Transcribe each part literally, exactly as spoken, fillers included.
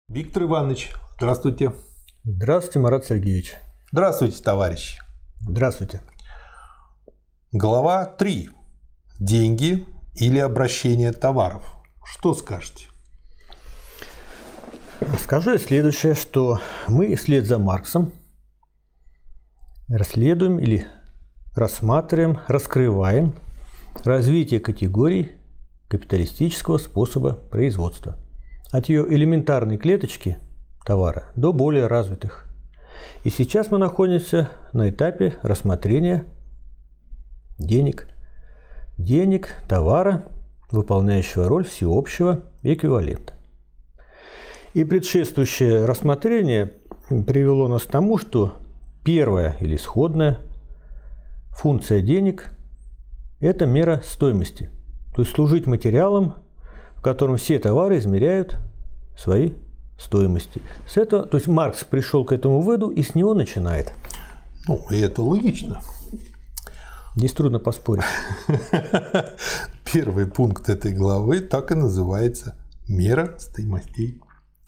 Виктор Иванович, здравствуйте. Здравствуйте, Марат Сергеевич. Здравствуйте, товарищи. Здравствуйте. Глава три. Деньги или обращение товаров. Что скажете? Скажу я следующее, что мы вслед за Марксом расследуем или рассматриваем, раскрываем развитие категорий капиталистического способа производства. От ее элементарной клеточки товара до более развитых. И сейчас мы находимся на этапе рассмотрения денег. Денег, товара, выполняющего роль всеобщего эквивалента. И предшествующее рассмотрение привело нас к тому, что первая или исходная функция денег – это мера стоимости. То есть служить материалом, в котором все товары измеряют свои стоимости. С этого, то есть Маркс пришел к этому выводу и с него начинает. Ну, и это логично. Здесь трудно поспорить. Первый пункт этой главы так и называется «Мера стоимостей».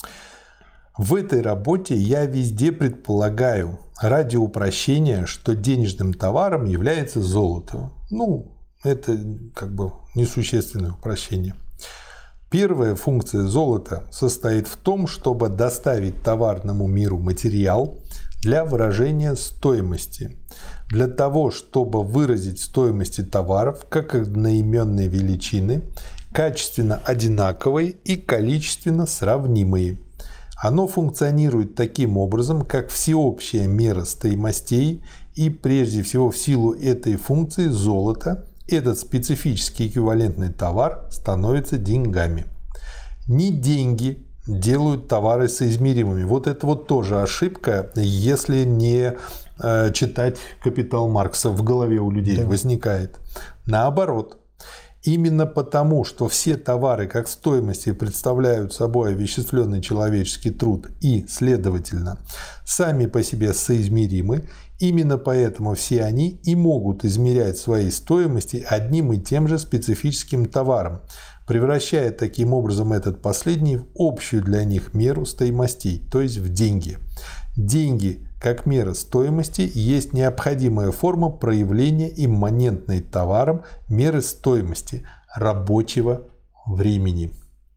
В этой работе я везде предполагаю, ради упрощения, что денежным товаром является золото. Ну, это как бы несущественное упрощение. Первая функция золота состоит в том, чтобы доставить товарному миру материал для выражения стоимости. Для того, чтобы выразить стоимости товаров как одноименные величины, качественно одинаковые и количественно сравнимые. Оно функционирует таким образом, как всеобщая мера стоимостей, и прежде всего в силу этой функции золото, этот специфический эквивалентный товар, становится деньгами. Не деньги делают товары соизмеримыми. Вот это вот тоже ошибка, если не э, читать «Капитал» Маркса в голове у людей да. возникает. Наоборот. Именно потому, что все товары как стоимости представляют собой овеществленный человеческий труд и, следовательно, сами по себе соизмеримы, именно поэтому все они и могут измерять свои стоимости одним и тем же специфическим товаром, превращая таким образом этот последний в общую для них меру стоимостей, то есть в деньги. Деньги, как мера стоимости, есть необходимая форма проявления имманентной товаром меры стоимости рабочего времени.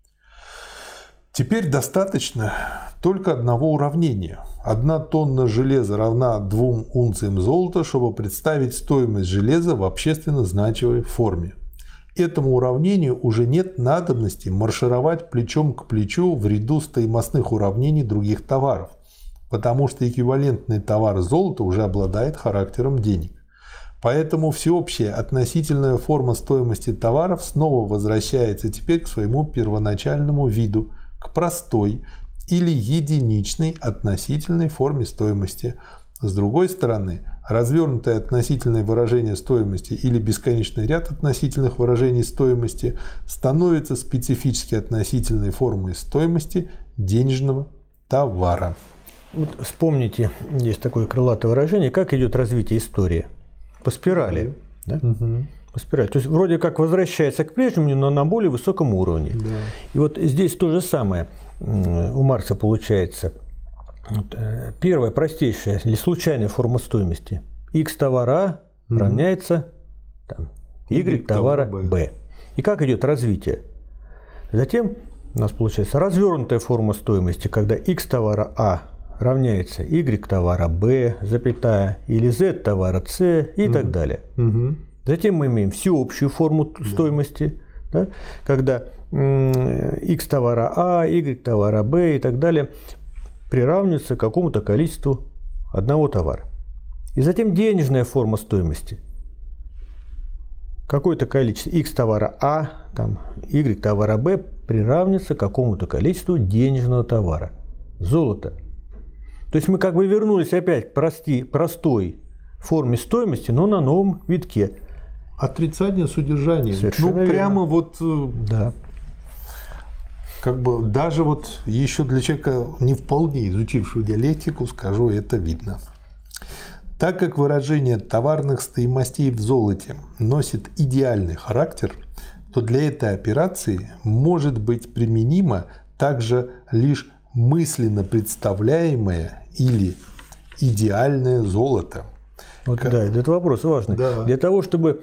Теперь достаточно только одного уравнения. Одна тонна железа равна двум унциям золота, чтобы представить стоимость железа в общественно значимой форме. Этому уравнению уже нет надобности маршировать плечом к плечу в ряду стоимостных уравнений других товаров, потому что эквивалентный товар золота уже обладает характером денег. Поэтому всеобщая относительная форма стоимости товаров снова возвращается теперь к своему первоначальному виду, к простой или единичной относительной форме стоимости. С другой стороны, развернутое относительное выражение стоимости или бесконечный ряд относительных выражений стоимости становится специфически относительной формой стоимости денежного товара. Вот вспомните, есть такое крылатое выражение, как идет развитие истории. По спирали. Да? Угу. По спирали. То есть вроде как возвращается к прежнему, но на более высоком уровне. Да. И вот здесь то же самое у Маркса получается. Первая простейшая или случайная форма стоимости. X товара А угу. равняется там, Y товара B. И как идет развитие? Затем у нас получается развернутая форма стоимости, когда X товара А равняется Y товара B, запятая, или Z товара C и угу. так далее. Угу. Затем мы имеем всеобщую форму да. стоимости, да, когда X товара А, Y товара B и так далее приравниваются к какому-то количеству одного товара. И затем денежная форма стоимости. Какое-то количество X товара А, там, Y товара B приравнивается к какому-то количеству денежного товара. Золото. То есть мы как бы вернулись опять к прости, простой форме стоимости, но на новом витке. Отрицание содержания. Совершенно ну, прямо верно. вот... Да. Как бы даже вот еще для человека, не вполне изучившего диалектику, скажу, это видно. Так как выражение товарных стоимостей в золоте носит идеальный характер, то для этой операции может быть применима также лишь мысленно представляемое или идеальное золото. Вот, как... Да, этот вопрос важный. Да. Для того, чтобы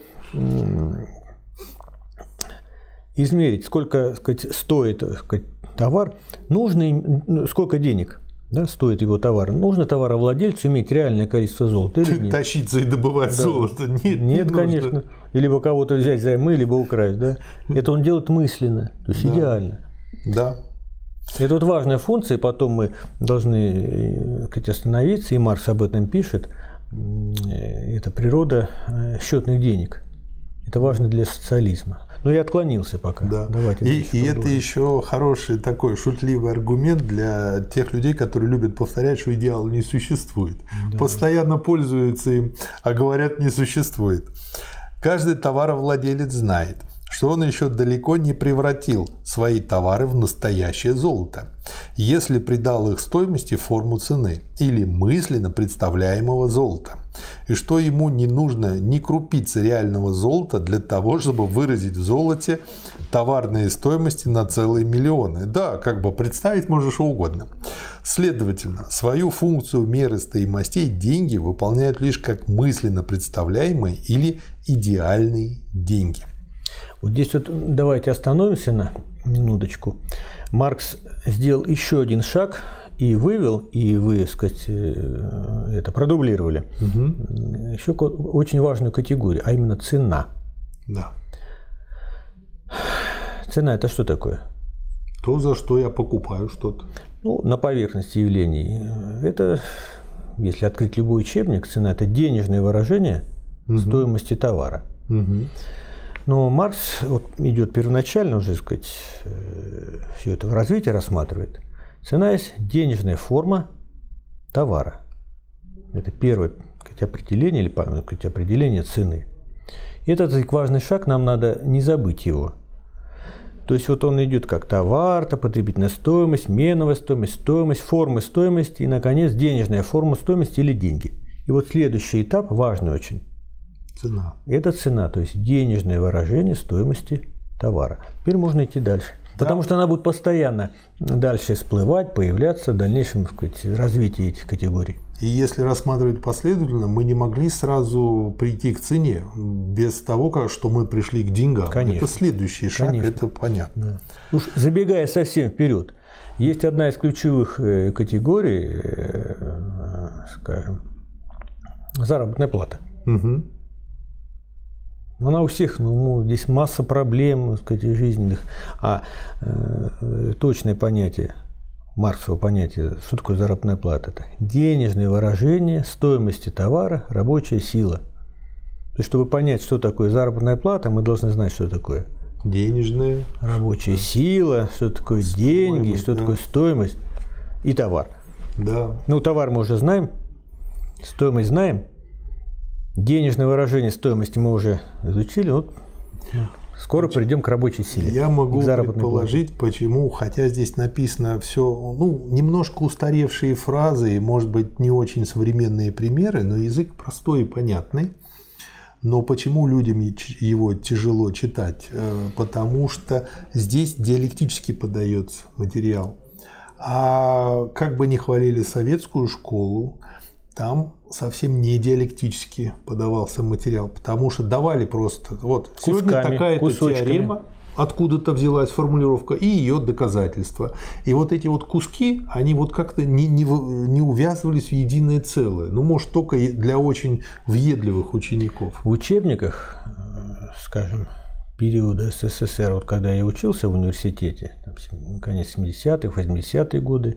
измерить, сколько, так сказать, стоит, так сказать, товар, нужно, сколько денег, да, стоит его товар, нужно товаровладельцу иметь реальное количество золота или нет? Тащиться и добывать да. золото. Нет, нет не конечно. Нужно. Либо кого-то взять займы, либо украсть. Да? Это он делает мысленно, то есть да. идеально. Да. Это вот важная функция, потом мы должны, сказать, остановиться, и Маркс об этом пишет. Это природа счетных денег. Это важно для социализма. Но я отклонился пока. Да. Давайте и и это еще хороший такой шутливый аргумент для тех людей, которые любят повторять, что идеала не существует. Да. Постоянно пользуются им, а говорят, не существует. Каждый товаровладелец знает, что он еще далеко не превратил свои товары в настоящее золото, если придал их стоимости форму цены или мысленно представляемого золота, и что ему не нужно ни крупицы реального золота для того, чтобы выразить в золоте товарные стоимости на целые миллионы. Да, как бы представить можно что угодно. Следовательно, свою функцию меры стоимостей деньги выполняют лишь как мысленно представляемые или идеальные деньги. Вот здесь вот давайте остановимся на минуточку. Маркс сделал еще один шаг и вывел, и вы, так сказать, это продублировали, угу. еще очень важную категорию, а именно цена. Да. Цена – это что такое? То, за что я покупаю что-то. Ну, на поверхности явлений. Это, если открыть любой учебник, цена – это денежное выражение угу. стоимости товара. Угу. Но Маркс вот, идет первоначально, уже, так сказать, все это в развитии рассматривает. Цена есть денежная форма товара. Это первое, сказать, определение или сказать, определение цены. И этот, так, важный шаг, нам надо не забыть его. То есть вот он идет как товар, то потребительная стоимость, меновая стоимость, стоимость, формы стоимости и, наконец, денежная форма стоимости или деньги. И вот следующий этап важный очень. Цена. Это цена, то есть денежное выражение стоимости товара. Теперь можно идти дальше. Да. Потому что она будет постоянно дальше всплывать, появляться в дальнейшем, так сказать, развитии этих категорий. И если рассматривать последовательно, мы не могли сразу прийти к цене без того, что мы пришли к деньгам. Конечно. Это следующий шаг, Конечно. Это понятно. Да. Уж забегая совсем вперед, есть одна из ключевых категорий, скажем, заработная плата. Угу. Она у всех, ну, здесь масса проблем, так сказать, жизненных, а э, точное понятие, марксового понятия, что такое заработная плата? Это денежное выражение стоимости товара, рабочая сила. То есть, чтобы понять, что такое заработная плата, мы должны знать, что такое денежная рабочая сила, что такое деньги, стоимость, что да. такое стоимость и товар. Да. Ну, товар мы уже знаем, стоимость знаем. Денежное выражение стоимости мы уже изучили, вот скоро придем к рабочей силе. Я могу предположить, плане. Почему, хотя здесь написано все, ну, немножко устаревшие фразы и, может быть, не очень современные примеры, но язык простой и понятный. Но почему людям его тяжело читать? Потому что здесь диалектически подается материал. А как бы ни хвалили советскую школу, там совсем не диалектически подавался материал, потому что давали просто вот кусками, сегодня такая-то кусочками. Теорема, откуда-то взялась формулировка и ее доказательства. И вот эти вот куски, они вот как-то не, не, не увязывались в единое целое. Ну, может, только для очень въедливых учеников. В учебниках, скажем, периода СССР, вот когда я учился в университете, там, конец семидесятых, восьмидесятые годы,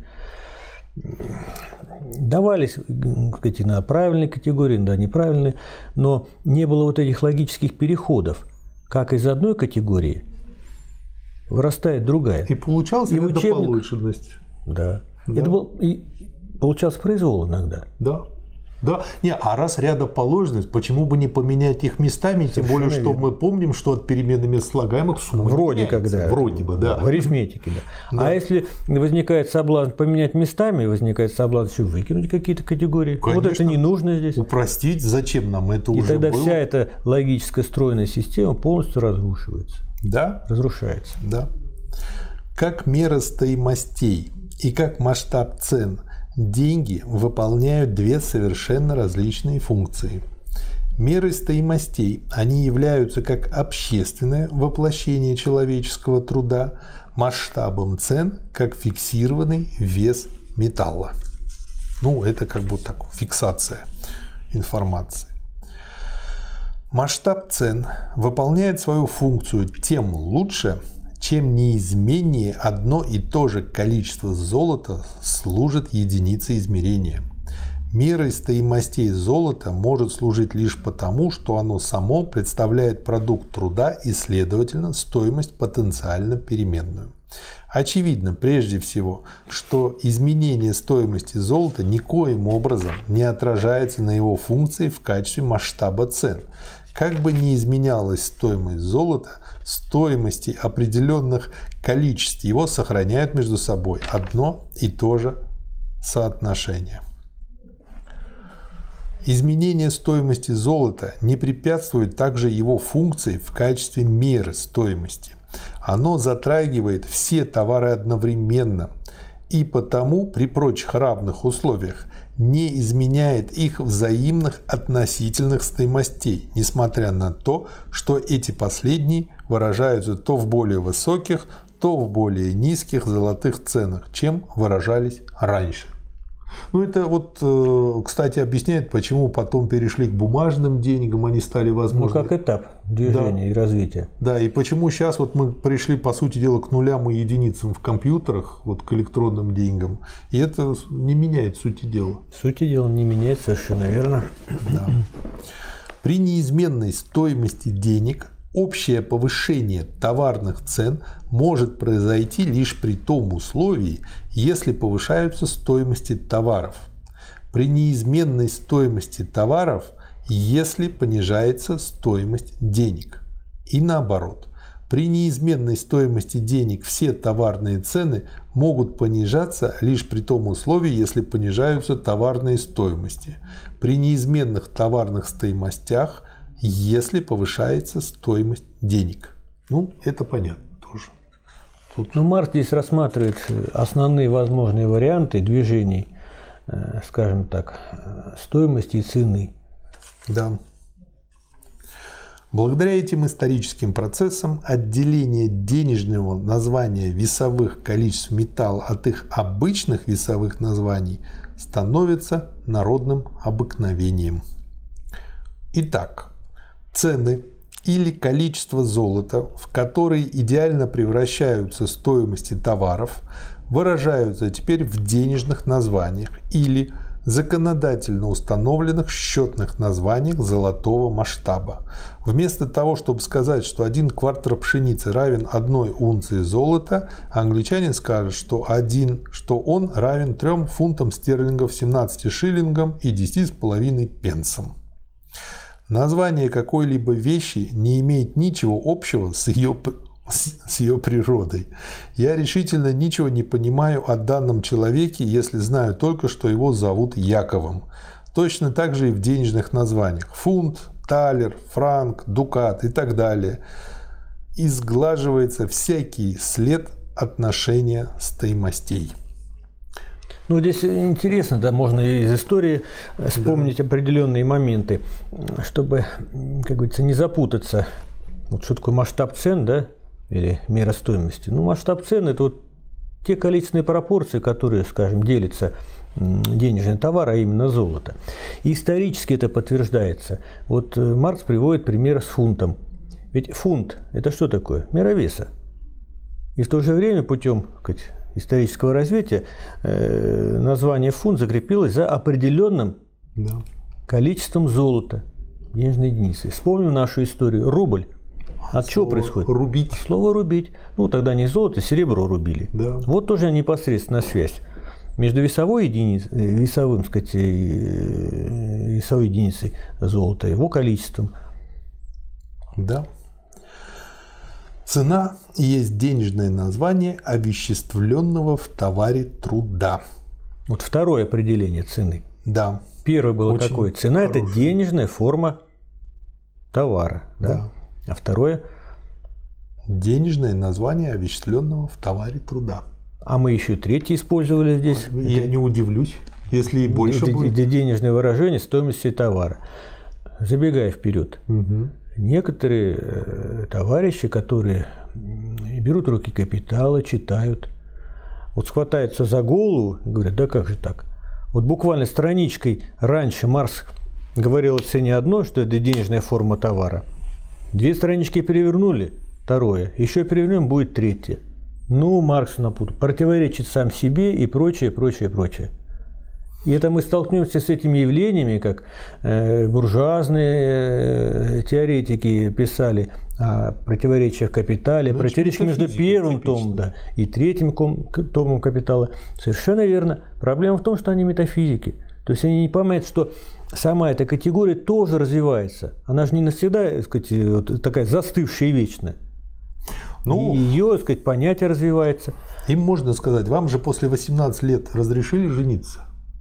давались, кстати, на правильные категории, да, неправильные, но не было вот этих логических переходов, как из одной категории вырастает другая. И получалась и недополученность. Да. да. Это был, и получался произвол иногда. Да. Да, не, а раз рядоположенность, почему бы не поменять их местами, тем более, что верно. Мы помним, что от перемены мест слагаемых сумма Вроде как, да. Вроде бы, да. В арифметике, да. да. А если возникает соблазн поменять местами, возникает соблазн еще выкинуть какие-то категории, Конечно. Вот это не нужно здесь. Упростить, зачем нам это И уже тогда было? Вся эта логическая стройная система полностью разрушивается. Да. Разрушается. Да. Как мера стоимостей и как масштаб цен деньги выполняют две совершенно различные функции. Мерой стоимостей они являются как общественное воплощение человеческого труда, масштабом цен как фиксированный вес металла. Ну, это как бы так, фиксация информации. Масштаб цен выполняет свою функцию тем лучше, чем неизменнее одно и то же количество золота служит единицей измерения. Мерой стоимостей золота может служить лишь потому, что оно само представляет продукт труда и, следовательно, стоимость потенциально переменную. Очевидно, прежде всего, что изменение стоимости золота никоим образом не отражается на его функции в качестве масштаба цен. Как бы ни изменялась стоимость золота, стоимости определенных количеств его сохраняют между собой одно и то же соотношение. Изменение стоимости золота не препятствует также его функции в качестве меры стоимости. Оно затрагивает все товары одновременно и потому при прочих равных условиях не изменяет их взаимных относительных стоимостей, несмотря на то, что эти последние выражаются то в более высоких, то в более низких золотых ценах, чем выражались раньше. Ну, это вот, кстати, объясняет, почему потом перешли к бумажным деньгам, они стали возможны. Ну, как этап движения да. и развития. Да, и почему сейчас вот мы пришли, по сути дела, к нулям и единицам в компьютерах, вот к электронным деньгам, и это не меняет сути дела. Сути дела не меняет, совершенно верно. Да. При неизменной стоимости денег общее повышение товарных цен может произойти лишь при том условии, если повышаются стоимости товаров. При неизменной стоимости товаров, если понижается стоимость денег. И наоборот, при неизменной стоимости денег все товарные цены могут понижаться лишь при том условии, если понижаются товарные стоимости. При неизменных товарных стоимостях, если повышается стоимость денег. Ну, это понятно тоже. Тут... Ну, Маркс здесь рассматривает основные возможные варианты движений, скажем так, стоимости и цены. Да. Благодаря этим историческим процессам отделение денежного названия весовых количеств металла от их обычных весовых названий становится народным обыкновением. Итак, цены или количество золота, в которые идеально превращаются стоимости товаров, выражаются теперь в денежных названиях или законодательно установленных счетных названиях золотого масштаба. Вместо того, чтобы сказать, что один квартер пшеницы равен одной унции золота, англичанин скажет, что, один, что он равен трем фунтам стерлингов, семнадцати шиллингам и десяти с половиной пенсам. Название какой-либо вещи не имеет ничего общего с ее, с ее природой. Я решительно ничего не понимаю о данном человеке, если знаю только, что его зовут Яковом. Точно так же и в денежных названиях. Фунт, талер, франк, дукат и так далее. Изглаживается всякий след отношения стоимостей. Ну, здесь интересно, да, можно из истории вспомнить да. определенные моменты, чтобы, как говорится, не запутаться. Вот что такое масштаб цен, да, или мера стоимости? Ну, масштаб цен – это вот те количественные пропорции, которые, скажем, делятся денежный товар, а именно золото. И исторически это подтверждается. Вот Маркс приводит пример с фунтом. Ведь фунт – это что такое? Мера веса. И в то же время путем, так сказать, исторического развития э, название фунт закрепилось за определенным да. количеством золота, денежной единицы. Вспомним нашу историю. Рубль. От чего происходит? Рубить. Слово рубить. Ну, тогда не золото, серебро рубили. Да. Вот тоже непосредственная связь между весовой единицей, весовым, так сказать, весовой единицей золота, его количеством. Да. Цена есть денежное название овеществленного в товаре труда. Вот второе определение цены. Да. Первое было очень какое? Цена хорошее. – это денежная форма товара. Да? Да. А второе? Денежное название овеществленного в товаре труда. А мы еще третий использовали здесь. Я это, не удивлюсь, если и больше это, будет. Это денежное выражение стоимости товара. Забегая вперед, угу. некоторые э, товарищи, которые берут в руки капиталы, читают, вот схватаются за голову и говорят, да как же так? Вот буквально страничкой раньше Маркс говорил о цене одно, что это денежная форма товара. Две странички перевернули, второе. Еще перевернем, будет третье. Ну, Маркс напутал. Противоречит сам себе и прочее, прочее, прочее. И это мы столкнемся с этими явлениями, как э, буржуазные э, теоретики писали о противоречиях капитале, ну, противоречиях между первым томом да, и третьим томом капитала. Совершенно верно. Проблема в том, что они метафизики. То есть они не понимают, что сама эта категория тоже развивается. Она же не навсегда, так сказать, вот такая застывшая и вечная. Ну, и ее, так сказать, понятие развивается. Им можно сказать, вам же после восемнадцати лет разрешили жениться?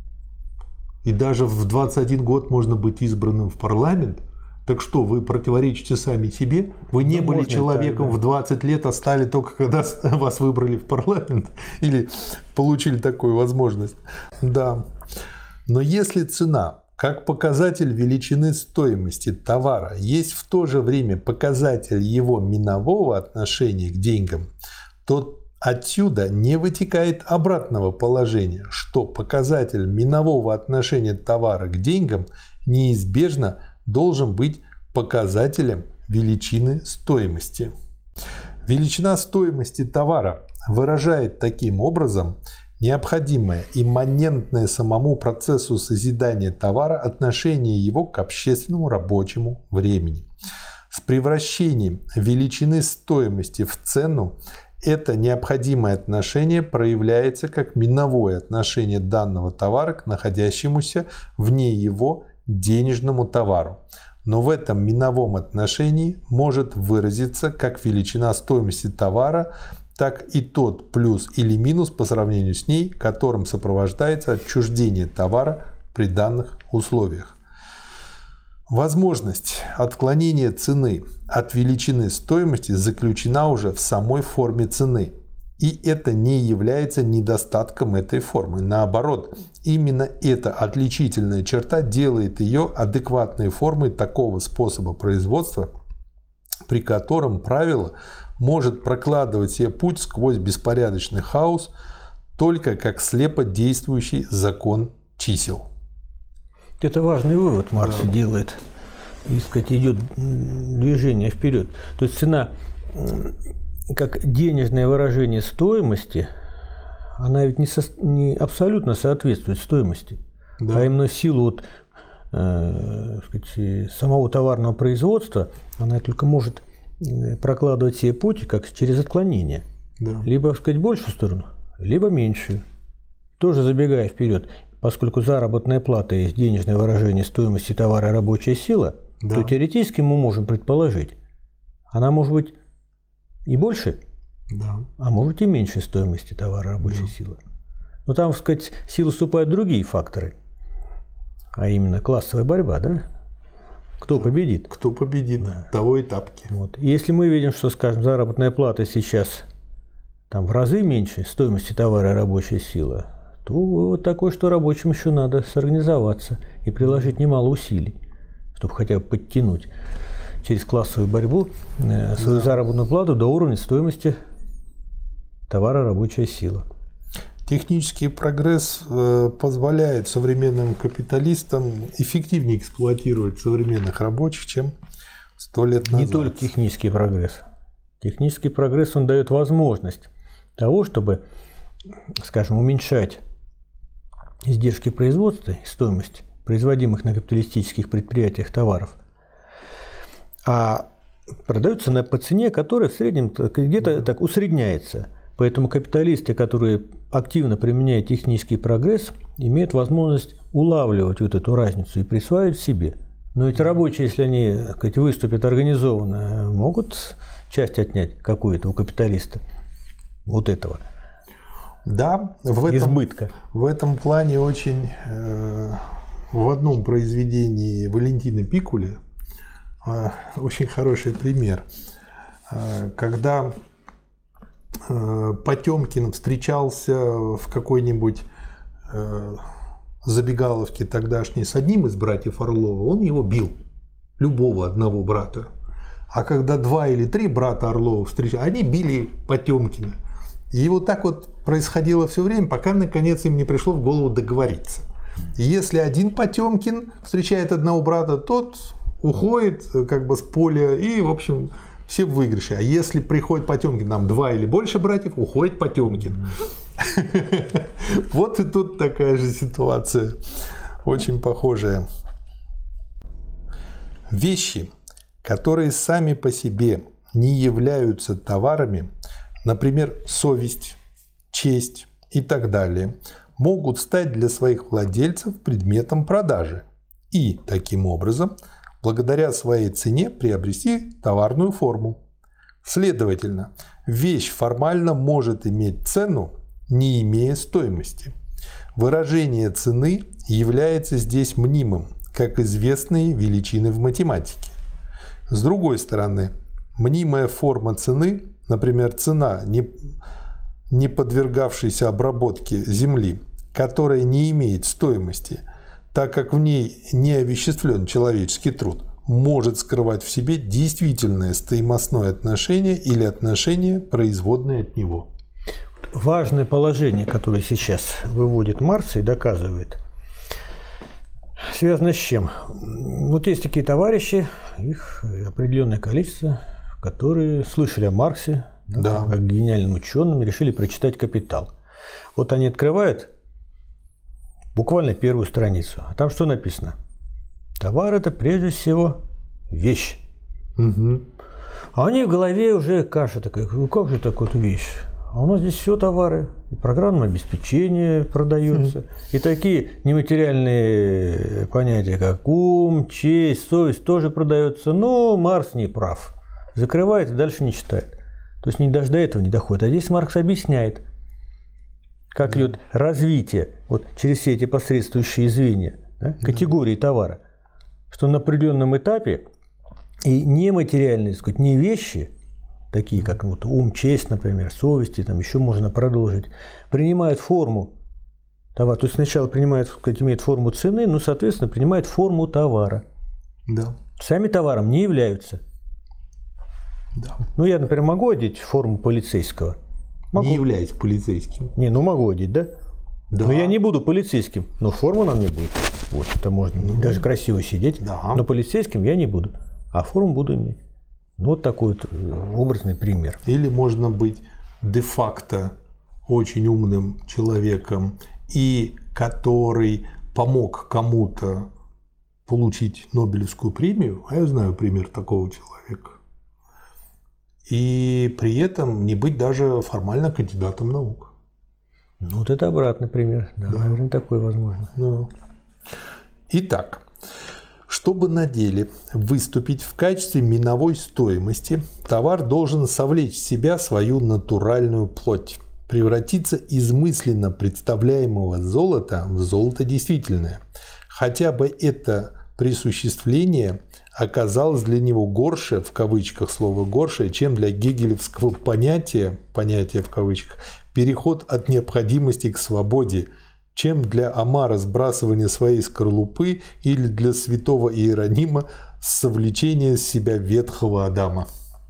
И даже в двадцать один год можно быть избранным в парламент. Так что, вы противоречите сами себе? Вы не ну, были человеком так, да. в двадцать лет, а стали только когда вас выбрали в парламент? Или получили такую возможность? Да. Но если цена, как показатель величины стоимости товара, есть в то же время показатель его минового отношения к деньгам, то отсюда не вытекает обратного положения, что показатель минового отношения товара к деньгам неизбежно должен быть показателем величины стоимости. Величина стоимости товара выражает таким образом необходимое, имманентное самому процессу созидания товара отношение его к общественному рабочему времени. С превращением величины стоимости в цену это необходимое отношение проявляется как миновое отношение данного товара к находящемуся вне его денежному товару. Но в этом миновом отношении может выразиться как величина стоимости товара, так и тот плюс или минус по сравнению с ней, которым сопровождается отчуждение товара при данных условиях. Возможность отклонения цены от величины стоимости заключена уже в самой форме цены. И это не является недостатком этой формы. Наоборот, именно эта отличительная черта делает ее адекватной формой такого способа производства, при котором правило может прокладывать себе путь сквозь беспорядочный хаос только как слепо действующий закон чисел. Это важный вывод Маркс да. делает. И, сказать, идет движение вперед. То есть цена, как денежное выражение стоимости, она ведь не, со, не абсолютно соответствует стоимости. Да. А именно в силу вот, э, сказать, самого товарного производства она только может прокладывать себе путь как через отклонение. Да. Либо, так сказать, большую сторону, либо меньшую. Тоже забегая вперед. Поскольку заработная плата есть денежное выражение стоимости товара и рабочая сила, да. то теоретически мы можем предположить, она может быть и больше, да. а может и меньше стоимости товара и рабочей да. силы. Но там, так сказать, в силу вступают другие факторы, а именно классовая борьба, да? Кто победит? Кто победит, да. того и тапки. Вот. Если мы видим, что, скажем, заработная плата сейчас там, в разы меньше стоимости товара и рабочая сила, то вот такое, что рабочим еще надо сорганизоваться и приложить немало усилий, чтобы хотя бы подтянуть через классовую борьбу свою да. заработную плату до уровня стоимости товара рабочая сила. Технический прогресс позволяет современным капиталистам эффективнее эксплуатировать современных рабочих, чем сто лет назад. Не только технический прогресс. Технический прогресс, он дает возможность того, чтобы, скажем, уменьшать издержки производства и стоимость производимых на капиталистических предприятиях товаров, а продаются на, по цене, которая в среднем где-то так усредняется. Поэтому капиталисты, которые активно применяют технический прогресс, имеют возможность улавливать вот эту разницу и присваивать себе. Но эти рабочие, если они, так сказать, выступят организованно, могут часть отнять какую-то у капиталиста вот этого. Да, в этом, избытка. В этом плане очень э, в одном произведении Валентина Пикули э, очень хороший пример. Э, когда Потемкин встречался в какой-нибудь забегаловке тогдашней с одним из братьев Орлова, он его бил, любого одного брата. А когда два или три брата Орлова встречались, они били Потемкина. И вот так вот происходило все время, пока наконец им не пришло в голову договориться. И если один Потемкин встречает одного брата, тот уходит как бы с поля, и, в общем, все в выигрыше. А если приходит Потемкин, нам два или больше братьев, уходит Потемкин. Вот и тут такая же ситуация, очень похожая. Вещи, которые сами по себе не являются товарами, например, совесть, честь и так далее, могут стать для своих владельцев предметом продажи и, таким образом, благодаря своей цене приобрести товарную форму. Следовательно, вещь формально может иметь цену, не имея стоимости. Выражение цены является здесь мнимым, как известные величины в математике. С другой стороны, мнимая форма цены, например, цена, не, не подвергавшейся обработке земли, которая не имеет стоимости, так как в ней не овеществлен человеческий труд, может скрывать в себе действительное стоимостное отношение или отношение, производное от него. Важное положение, которое сейчас выводит Маркс и доказывает, связано с чем? Вот есть такие товарищи, их определенное количество, которые слышали о Марксе, да, как гениальном ученом, и решили прочитать «Капитал». Вот они открывают буквально первую страницу, а там что написано? Товар – это прежде всего вещь. Угу. А у них в голове уже каша такая, ну как же такая вот вещь? А у нас здесь все товары, и программное обеспечение продается, mm. и такие нематериальные понятия, как ум, честь, совесть тоже продаются, но Маркс не прав. Закрывает и дальше не читает. То есть даже до этого не доходит. А здесь Маркс объясняет, как mm. идет развитие вот, через все эти посредствующие звенья, да, категории mm. товара, что на определенном этапе и нематериальные, так сказать, не вещи, такие как вот ум, честь, например, совести, там еще можно продолжить, принимают форму товара. То есть сначала принимают, сказать, имеет форму цены, но, соответственно, принимают форму товара. Да. Сами товаром не являются. Да. Ну, я, например, могу одеть форму полицейского? Могу. Не являюсь полицейским. Не, ну могу одеть, да? Да. Но я не буду полицейским, но форма на мне будет. Вот, это можно ну, даже красиво сидеть, да. но полицейским я не буду, а форму буду иметь. Вот такой вот образный пример. Или можно быть де-факто очень умным человеком, и который помог кому-то получить Нобелевскую премию, а я знаю пример такого человека, и при этом не быть даже формально кандидатом наук. Ну, вот это обратный пример. Да, да. Наверное, такой возможно. Да. Итак, чтобы на деле выступить в качестве миновой стоимости, товар должен совлечь в себя свою натуральную плоть, превратиться из мысленно представляемого золота в золото действительное. Хотя бы это присуществление оказалось для него горше, в кавычках слово горше, чем для гегелевского понятия, понятия в кавычках, переход от необходимости к свободе, чем для Омара сбрасывание своей скорлупы или для святого Иеронима совлечение с себя ветхого Адама.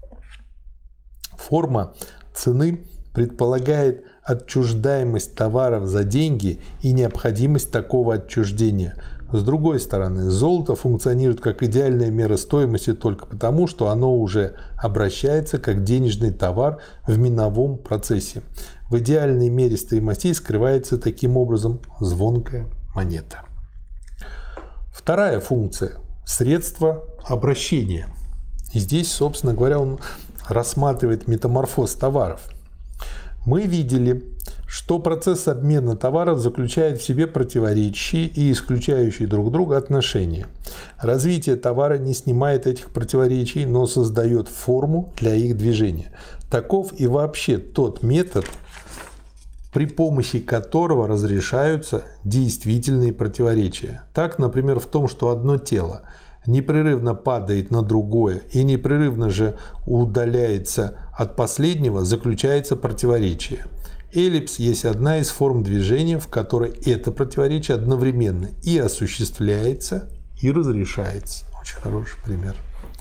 Форма цены предполагает отчуждаемость товаров за деньги и необходимость такого отчуждения. С другой стороны, золото функционирует как идеальная мера стоимости только потому, что оно уже обращается как денежный товар в миновом процессе. В идеальной мере стоимостей скрывается таким образом звонкая монета. Вторая функция – средство обращения. И здесь, собственно говоря, он рассматривает метаморфоз товаров. Мы видели, что процесс обмена товаров заключает в себе противоречащие и исключающие друг друга отношения. Развитие товара не снимает этих противоречий, но создает форму для их движения. Таков и вообще тот метод, при помощи которого разрешаются действительные противоречия. Так, например, в том, что одно тело непрерывно падает на другое и непрерывно же удаляется от последнего заключается противоречие. Эллипс есть одна из форм движения, в которой это противоречие одновременно и осуществляется, и разрешается. Очень хороший пример.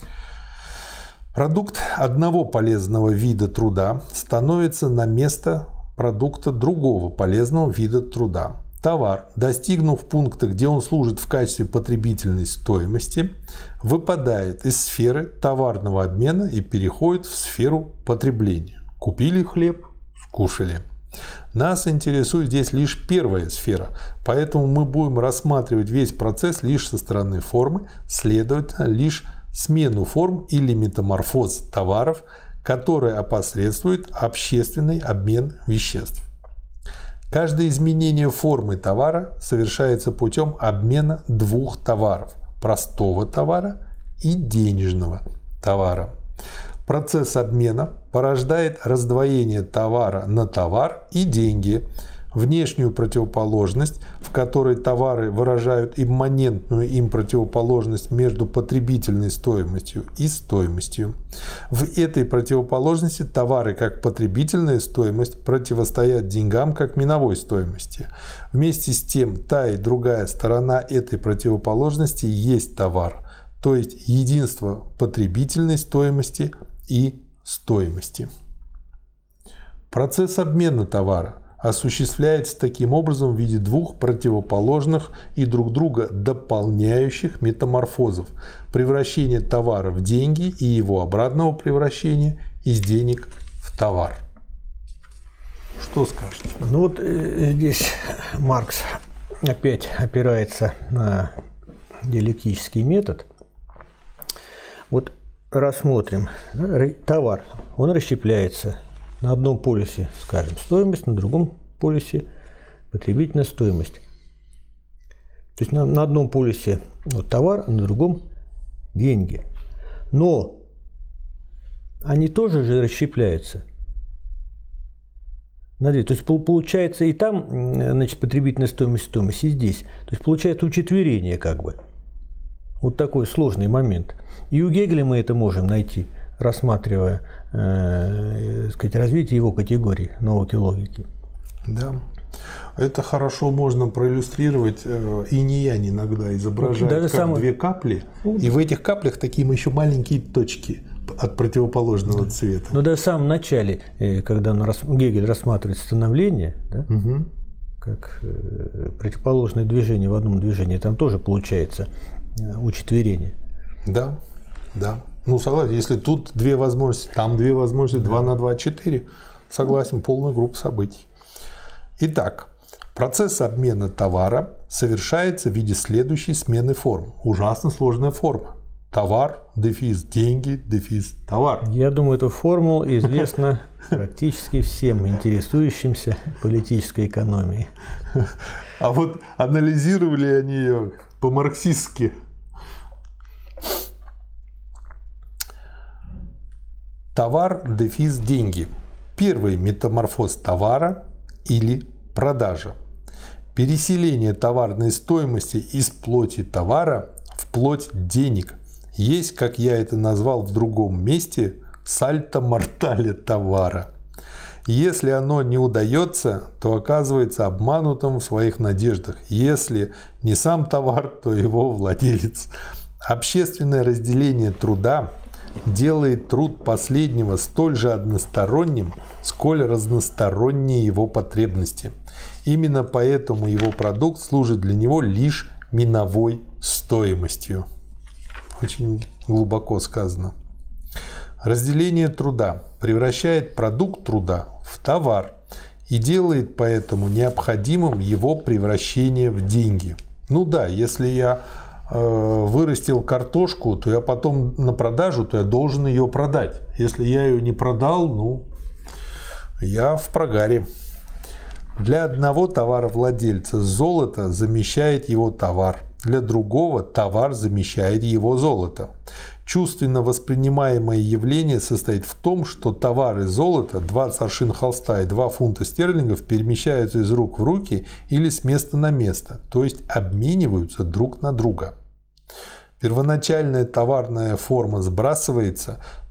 Продукт одного полезного вида труда становится на место продукта другого полезного вида труда. Товар, достигнув пункта, где он служит в качестве потребительной стоимости, выпадает из сферы товарного обмена и переходит в сферу потребления. Купили хлеб, скушали. Нас интересует здесь лишь первая сфера, поэтому мы будем рассматривать весь процесс лишь со стороны формы, следовательно, лишь смену форм или метаморфоз товаров, которая опосредствует общественный обмен веществ. Каждое изменение формы товара совершается путем обмена двух товаров – простого товара и денежного товара. Процесс обмена порождает раздвоение товара на товар и деньги, внешнюю противоположность, в которой товары выражают имманентную им противоположность между потребительной стоимостью и стоимостью. В этой противоположности товары как потребительная стоимость противостоят деньгам как миновой стоимости. Вместе с тем, та и другая сторона этой противоположности есть товар, то есть единство потребительной стоимости и стоимости. Процесс обмена товара осуществляется таким образом в виде двух противоположных и друг друга дополняющих метаморфозов: превращение товара в деньги и его обратного превращения из денег в товар. Что скажете? Ну вот здесь Маркс опять опирается на диалектический метод. Вот рассмотрим. Товар, он расщепляется. На одном полюсе, скажем, стоимость, на другом полюсе потребительная стоимость. То есть на, на одном полюсе вот, товар, а на другом деньги. Но они тоже же расщепляются. Смотри, то есть получается и там, значит, потребительная стоимость, стоимость, и здесь. То есть получается учетверение как бы. Вот такой сложный момент. И у Гегеля мы это можем найти, рассматривая э, сказать, развитие его категорий науки логики. Да. Это хорошо можно проиллюстрировать. Инь-янь иногда изображает даже как самое... две капли. И в этих каплях такие еще маленькие точки от противоположного да. цвета. Но даже в самом начале, когда Гегель рассматривает становление, да, угу. как противоположное движение в одном движении, там тоже получается учетверение. Да, да. Ну, согласен, если тут две возможности, там две возможности, да. два на два – четыре. Согласен, полная группа событий. Итак, процесс обмена товара совершается в виде следующей смены форм. Ужасно сложная форма. Товар, дефис, деньги, дефис, товар. Я думаю, эта формула известна практически всем интересующимся политической экономией. А вот анализировали они ее по-марксистски. Товар, дефис, деньги. Первый метаморфоз товара или продажа. Переселение товарной стоимости из плоти товара в плоть денег есть, как я это назвал в другом месте, сальто мортале товара. Если оно не удается, то оказывается обманутым в своих надеждах. Если не сам товар, то его владелец. Общественное разделение труда делает труд последнего столь же односторонним, сколь разносторонние его потребности. Именно поэтому его продукт служит для него лишь миновой стоимостью. Очень глубоко сказано. Разделение труда превращает продукт труда в товар и делает поэтому необходимым его превращение в деньги. Ну да, если я э, вырастил картошку, то я потом на продажу, то я должен ее продать. Если я ее не продал, ну, я в прогаре. Для одного товаровладельца золото замещает его товар, для другого товар замещает его золото. Чувственно воспринимаемое явление состоит в том, что товар и золото, двадцать аршин холста и два фунта стерлингов перемещаются из рук в руки или с места на место, то есть обмениваются друг на друга. Первоначальная товарная форма сбрасывается,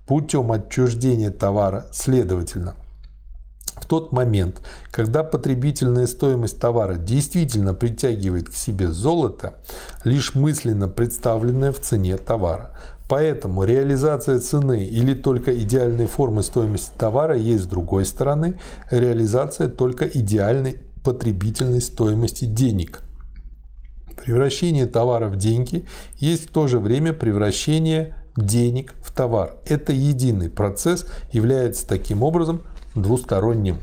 путем отчуждения товара. Следовательно, в тот момент, когда потребительная стоимость товара действительно притягивает к себе золото, лишь мысленно представленное в цене товара. Поэтому реализация цены или только идеальной формы стоимости товара есть, с другой стороны, реализация только идеальной потребительной стоимости денег. Превращение товара в деньги есть в то же время превращение денег в товар. Это единый процесс, является таким образом двусторонним.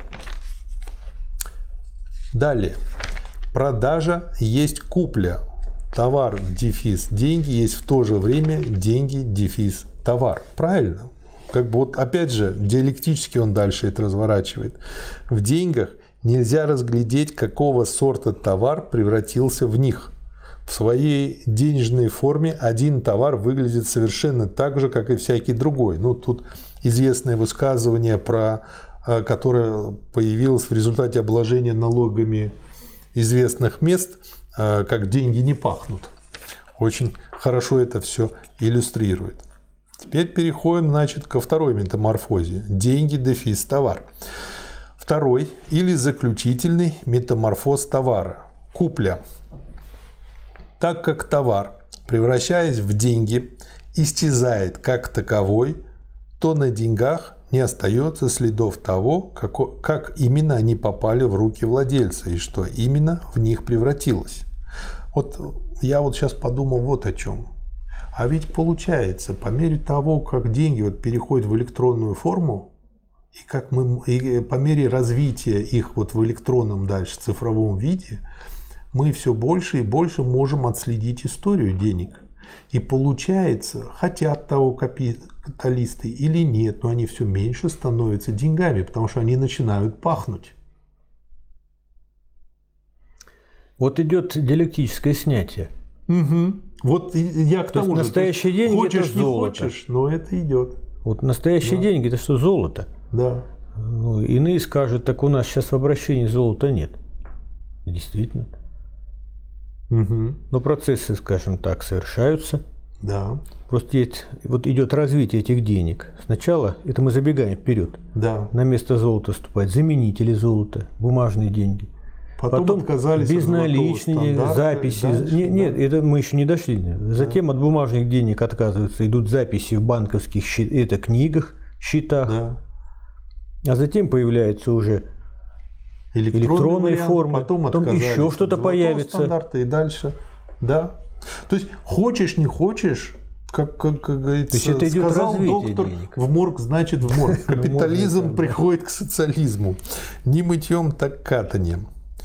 Далее. Продажа есть купля. Товар, дефис, деньги есть в то же время деньги, дефис, товар. Правильно? Как бы вот опять же диалектически он дальше это разворачивает. В деньгах нельзя разглядеть, какого сорта товар превратился в них. В своей денежной форме один товар выглядит совершенно так же, как и всякий другой. Ну, тут известное высказывание, про, которое появилось в результате обложения налогами известных мест, как деньги не пахнут. Очень хорошо это все иллюстрирует. Теперь переходим, значит, ко второй метаморфозе. Деньги, дефис, товар. Второй или заключительный метаморфоз товара. Купля. Так как товар, превращаясь в деньги, исчезает как таковой, то на деньгах не остается следов того, как, как именно они попали в руки владельца и что именно в них превратилось. Вот я вот сейчас подумал вот о чем. А ведь получается, по мере того, как деньги вот переходят в электронную форму, и как мы, и по мере развития их вот в электронном дальше цифровом виде, мы все больше и больше можем отследить историю денег. И получается, хотят того капиталисты или нет, но они все меньше становятся деньгами, потому что они начинают пахнуть. Вот идет диалектическое снятие. Угу. Вот я к То тому есть же. настоящие деньги хочешь, это золото. Не хочешь, но это идет. Вот настоящие Да. деньги это что, золото? Да. Ну, иные скажут, так у нас сейчас в обращении золота нет. Действительно. Угу. Но процессы, скажем так, совершаются. Да. Просто есть, вот идет развитие этих денег. Сначала, это мы забегаем вперед, Да. на место золота вступают заменители золота, бумажные деньги. Потом, Потом отказались безналичные, от записи. Дальше, нет, да. нет, это мы еще не дошли. Затем да. от бумажных денег отказываются, идут записи в банковских счет, это книгах, счетах. Да. А затем появляются уже электронные, электронные варианты, формы, потом, потом еще что-то появится. Стандарты и дальше. Да. То есть хочешь, не хочешь, как, как, как говорится, это идет сказал доктор, денег. в морг значит в морг. Капитализм приходит к социализму. Не мытьем, так катанием.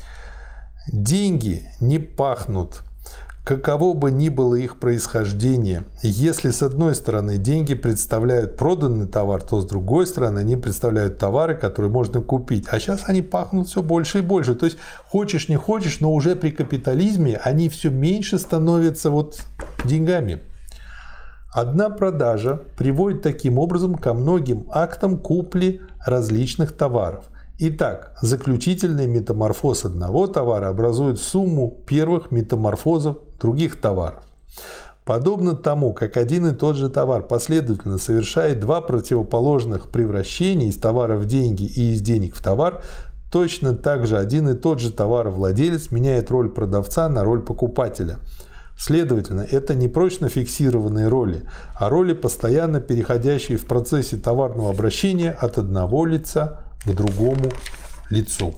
Деньги не пахнут, каково бы ни было их происхождение. Если с одной стороны деньги представляют проданный товар, то с другой стороны они представляют товары, которые можно купить. А сейчас они пахнут все больше и больше. То есть хочешь, не хочешь, но уже при капитализме они все меньше становятся вот деньгами. Одна продажа приводит таким образом ко многим актам купли различных товаров. Итак, заключительный метаморфоз одного товара образует сумму первых метаморфозов других товаров. Подобно тому, как один и тот же товар последовательно совершает два противоположных превращения из товара в деньги и из денег в товар, точно так же один и тот же товаровладелец меняет роль продавца на роль покупателя. Следовательно, это не прочно фиксированные роли, а роли, постоянно переходящие в процессе товарного обращения от одного лица к другому лицу.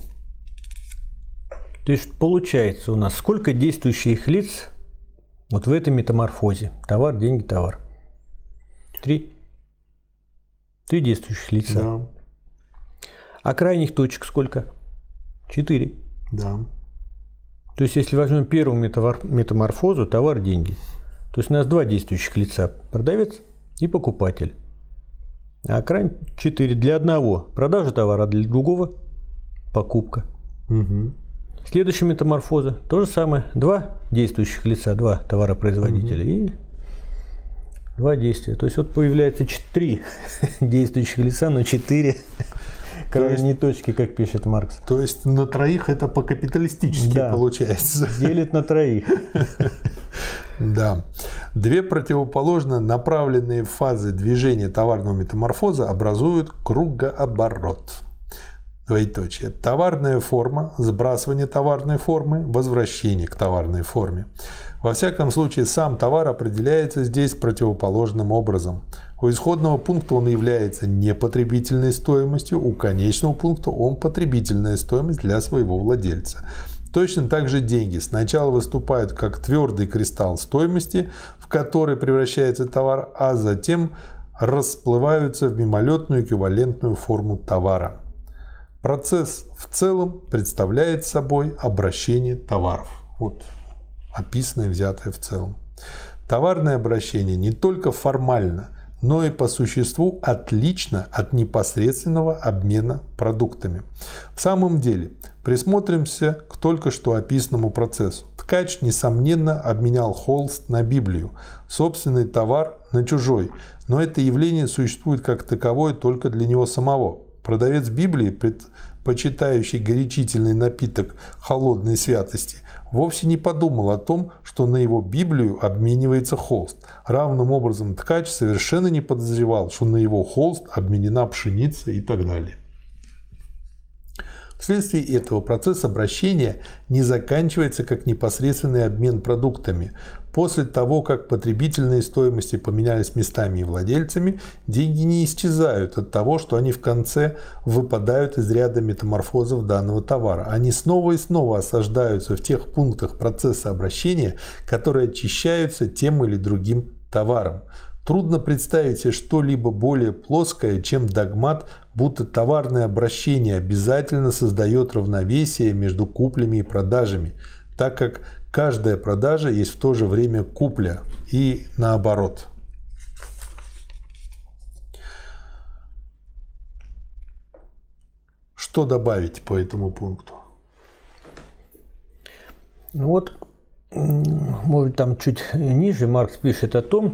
То есть получается у нас сколько действующих лиц вот в этой метаморфозе? Товар, деньги, товар. Три. Три действующих лица. Да. А крайних точек сколько? Четыре. Да. То есть если возьмем первую метаморфозу, товар, деньги, то есть у нас два действующих лица. Продавец и покупатель. А крайне четыре. Для одного продажа товара, а для другого покупка. Угу. Следующая метаморфоза. То же самое. Два действующих лица, два товаропроизводителя угу. и два действия. То есть вот появляется три действующих лица, но четыре крайние точки, как пишет Маркс. То есть на троих это по-капиталистически да. получается. Делит на троих. Да. Две противоположно направленные фазы движения товарного метаморфоза образуют кругооборот. Двоеточие. Товарная форма, сбрасывание товарной формы, возвращение к товарной форме. Во всяком случае, сам товар определяется здесь противоположным образом. У исходного пункта он является непотребительной стоимостью, у конечного пункта он потребительная стоимость для своего владельца. Точно так же деньги сначала выступают как твердый кристалл стоимости, в который превращается товар, а затем расплываются в мимолетную эквивалентную форму товара. Процесс в целом представляет собой обращение товаров. Вот описанное, взятое в целом. Товарное обращение не только формально, но и по существу отлично от непосредственного обмена продуктами. В самом деле, присмотримся к только что описанному процессу. Ткач, несомненно, обменял холст на Библию, собственный товар на чужой, но это явление существует как таковое только для него самого. Продавец Библии, предпочитающий горячительный напиток холодной святости, вовсе не подумал о том, что на его Библию обменивается холст. Равным образом ткач совершенно не подозревал, что на его холст обменена пшеница и так далее. Вследствие этого процесс обращения не заканчивается как непосредственный обмен продуктами. После того, как потребительные стоимости поменялись местами и владельцами, деньги не исчезают от того, что они в конце выпадают из ряда метаморфозов данного товара. Они снова и снова осаждаются в тех пунктах процесса обращения, которые очищаются тем или другим товаром. Трудно представить себе что-либо более плоское, чем догмат, будто товарное обращение обязательно создает равновесие между куплями и продажами, так как каждая продажа есть в то же время купля и наоборот. Что добавить по этому пункту? Ну вот, может, там чуть ниже Маркс пишет о том,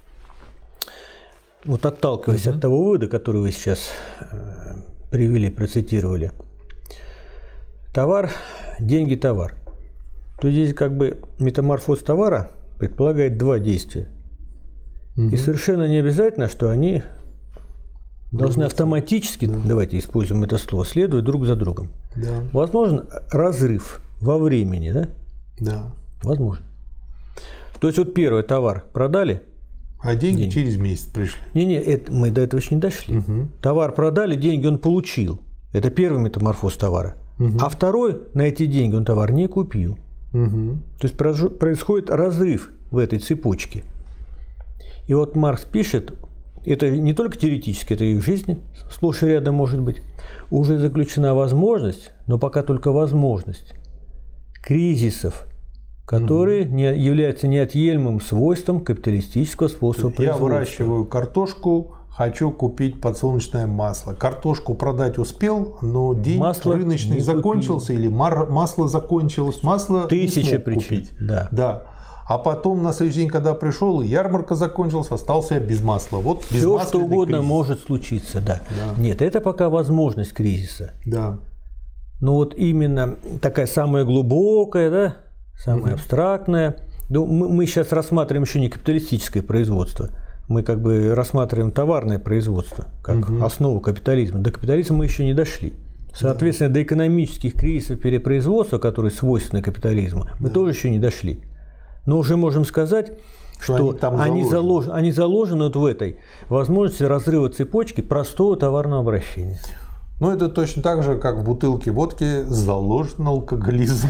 вот отталкиваясь mm-hmm. от того вывода, который вы сейчас э, привели, процитировали. Товар, деньги, товар. То здесь как бы метаморфоз товара предполагает два действия. Mm-hmm. И совершенно не обязательно, что они должны автоматически, mm-hmm. давайте используем это слово, следовать друг за другом. Yeah. Возможен разрыв во времени, да? Да. Yeah. Возможно. То есть вот первый товар продали, а деньги, деньги через месяц пришли. Не-не, мы до этого еще не дошли. Угу. Товар продали, деньги он получил. Это первый метаморфоз товара. Угу. А второй, на эти деньги он товар не купил. Угу. То есть происходит разрыв в этой цепочке. И вот Маркс пишет, это не только теоретически, это и в жизни сплошь и рядом может быть, уже заключена возможность, но пока только возможность, кризисов, которые угу. не являются неотъемлемым свойством капиталистического способа Я производства. Я выращиваю картошку, хочу купить подсолнечное масло. Картошку продать успел, но день масло рыночный закончился, купил. Или масло закончилось. Масло Тысяча не смог причин. Купить. Да. Да. А потом на следующий день, когда пришел, ярмарка закончилась, остался я без масла. Вот без Все, что угодно кризис. Может случиться. Да. Да. Нет, это пока возможность кризиса. Да. Но вот именно такая самая глубокая, да, самое угу. абстрактное. Ну, мы, мы сейчас рассматриваем еще не капиталистическое производство. Мы как бы рассматриваем товарное производство как угу. основу капитализма. До капитализма мы еще не дошли. Соответственно, да. до экономических кризисов перепроизводства, которые свойственны капитализму, да. мы тоже еще не дошли. Но уже можем сказать, что, что они, там они, залож, они заложены вот в этой возможности разрыва цепочки простого товарного обращения. Ну, это точно так же, как в бутылке водки заложен алкоголизм,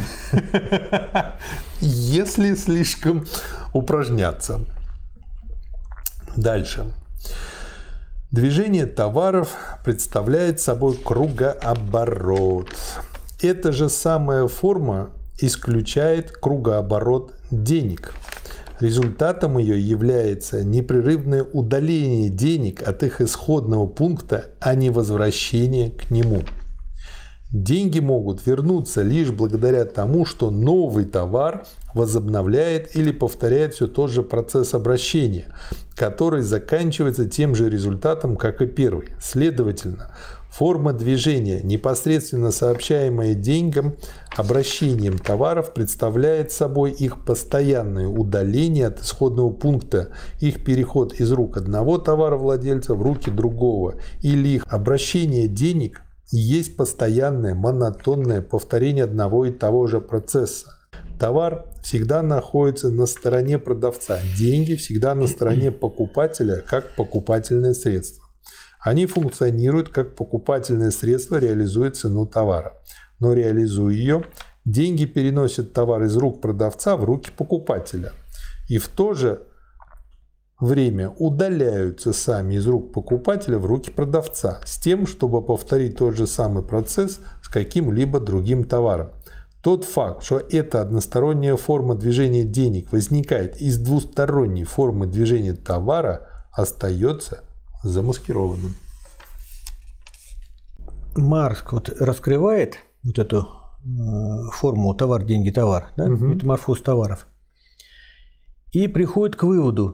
если слишком упражняться. Дальше. Движение товаров представляет собой кругооборот. Эта же самая форма исключает кругооборот денег. Результатом ее является непрерывное удаление денег от их исходного пункта, а не возвращение к нему. Деньги могут вернуться лишь благодаря тому, что новый товар возобновляет или повторяет все тот же процесс обращения, который заканчивается тем же результатом, как и первый. Следовательно, Форма движения, непосредственно сообщаемая деньгам, обращением товаров, представляет собой их постоянное удаление от исходного пункта, их переход из рук одного товаровладельца в руки другого, или их обращение денег есть постоянное монотонное повторение одного и того же процесса. Товар всегда находится на стороне продавца, деньги всегда на стороне покупателя, как покупательное средство. Они функционируют как покупательное средство, реализуя цену товара. Но реализуя ее, деньги переносят товар из рук продавца в руки покупателя. И в то же время удаляются сами из рук покупателя в руки продавца с тем, чтобы повторить тот же самый процесс с каким-либо другим товаром. Тот факт, что эта односторонняя форма движения денег возникает из двусторонней формы движения товара, остается замаскированным. Маркс вот раскрывает вот эту э, форму товар, деньги, товар, да? Угу. Метаморфоз товаров, и приходит к выводу,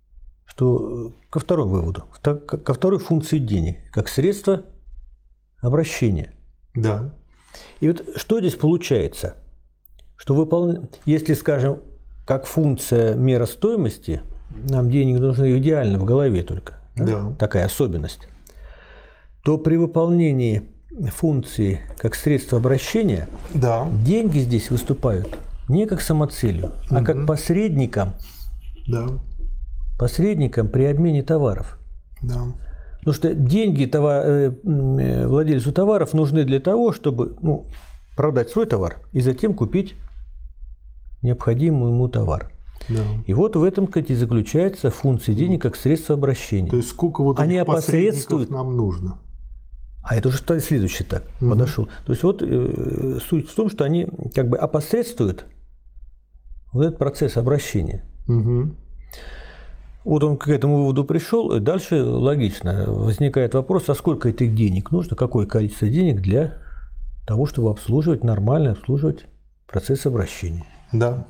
что ко второму выводу, ко второй функции денег, как средство обращения. Да. И вот что здесь получается? Что выпол... Если, скажем, как функция мера стоимости, нам денег нужны идеально в голове только, да? Да. Такая особенность, то при выполнении функции как средство обращения, да, деньги здесь выступают не как самоцелью, угу, а как посредником, да, посредником при обмене товаров. Да. Потому что деньги товар, владельцу товаров нужны для того, чтобы, ну, продать свой товар и затем купить необходимый ему товар. Да. И вот в этом, кстати, заключается функция денег как средство обращения. То есть сколько вот они этих посредников нам нужно? А это уже следующий так угу. подошел. То есть вот э, суть в том, что они как бы опосредствуют вот этот процесс обращения. Угу. Вот он к этому выводу пришел, и дальше логично возникает вопрос, а сколько этих денег нужно, какое количество денег для того, чтобы обслуживать, нормально обслуживать процесс обращения. Да.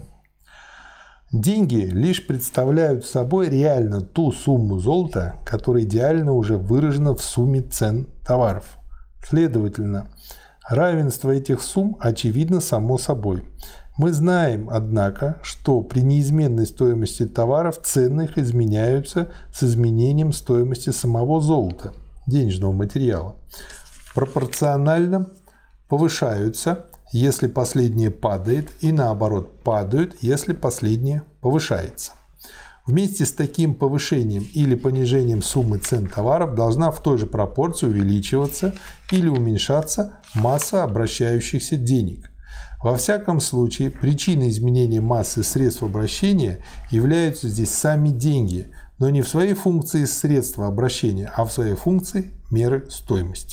Деньги лишь представляют собой реально ту сумму золота, которая идеально уже выражена в сумме цен товаров. Следовательно, равенство этих сумм очевидно само собой. Мы знаем, однако, что при неизменной стоимости товаров цены их изменяются с изменением стоимости самого золота, денежного материала. Пропорционально повышаются, если последнее падает, и наоборот падают, если последнее повышается. Вместе с таким повышением или понижением суммы цен товаров должна в той же пропорции увеличиваться или уменьшаться масса обращающихся денег. Во всяком случае, причиной изменения массы средств обращения являются здесь сами деньги, но не в своей функции средства обращения, а в своей функции меры стоимости.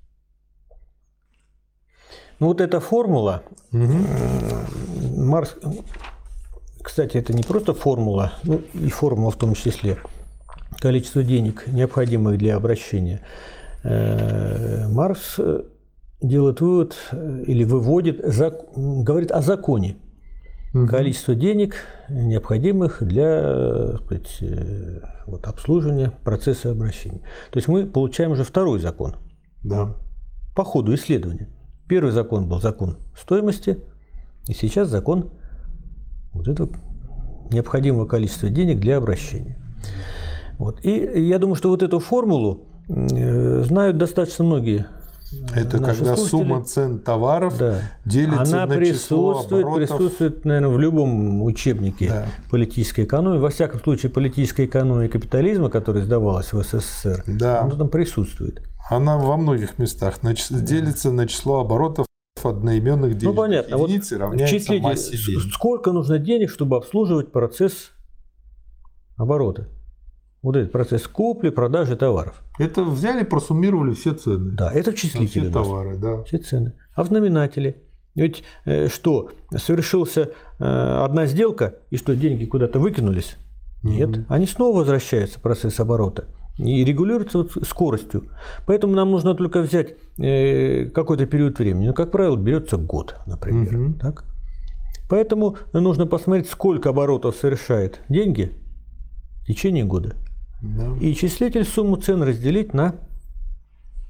Ну вот эта формула, угу. Маркс, кстати, это не просто формула, ну и формула в том числе, количество денег, необходимых для обращения. Маркс делает вывод или выводит, говорит о законе. Угу. Количество денег, необходимых для, так сказать, вот, обслуживания процесса обращения. То есть мы получаем уже второй закон. Да. По ходу исследования. Первый закон был закон стоимости, и сейчас закон вот этого необходимого количества денег для обращения. Вот. И я думаю, что вот эту формулу знают достаточно многие. Это когда слушатели. Сумма цен товаров, да, делится она на число присутствует, оборотов. присутствует, наверное, в любом учебнике, да, политической экономии. Во всяком случае, политическая экономия капитализма, которая издавалась в СССР, да, она там присутствует. Она во многих местах делится на число оборотов одноименных денежных, ну, понятно, единиц, и равняется массе денег. Сколько нужно денег, чтобы обслуживать процесс оборота? Вот этот процесс купли, продажи товаров. Это взяли, просуммировали все цены. Да, это в числителе. Все товары, да. Все цены. А в знаменателе? Ведь э, что, совершился э, одна сделка, и что, деньги куда-то выкинулись? Нет. Mm-hmm. Они снова возвращаются в процесс оборота. И регулируются вот скоростью. Поэтому нам нужно только взять э, какой-то период времени. Ну, как правило, берется год, например. Mm-hmm. Так? Поэтому нужно посмотреть, сколько оборотов совершает деньги в течение года. Да. И числитель сумму цен разделить на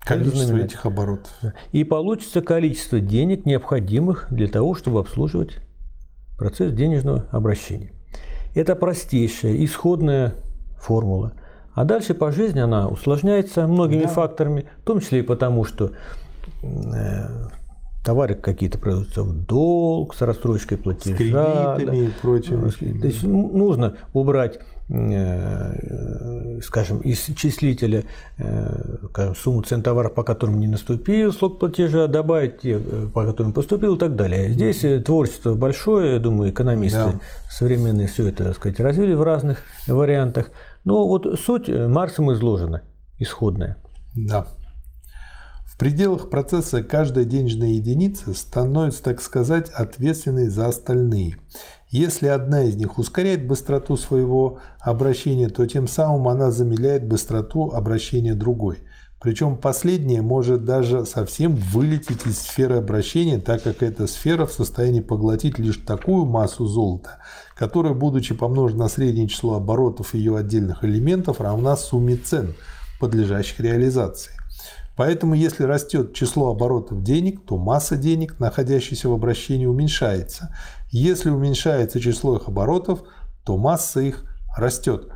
Количество этих оборотов. И получится количество денег, необходимых для того, чтобы обслуживать процесс денежного обращения. Это простейшая, исходная формула. А дальше по жизни она усложняется многими да. факторами, в том числе и потому, что э, товары какие-то продаются в долг, с рассрочкой платежа. С кредитами да. и прочим. То есть нужно убрать, э, скажем, из числителя э, сумму цен товаров, по которым не наступил срок платежа, добавить те, по которым поступил и так далее. Здесь mm-hmm. творчество большое, я думаю, экономисты да. современные все это, так сказать, развили в разных вариантах. Но вот суть Марксом изложена, исходная. Да. В пределах процесса каждая денежная единица становится, так сказать, ответственной за остальные. Если одна из них ускоряет быстроту своего обращения, то тем самым она замедляет быстроту обращения другой. Причем последняя может даже совсем вылететь из сферы обращения, так как эта сфера в состоянии поглотить лишь такую массу золота, которая, будучи помножена на среднее число оборотов ее отдельных элементов, равна сумме цен, подлежащих реализации. Поэтому, если растет число оборотов денег, то масса денег, находящихся в обращении, уменьшается. Если уменьшается число их оборотов, то масса их растет.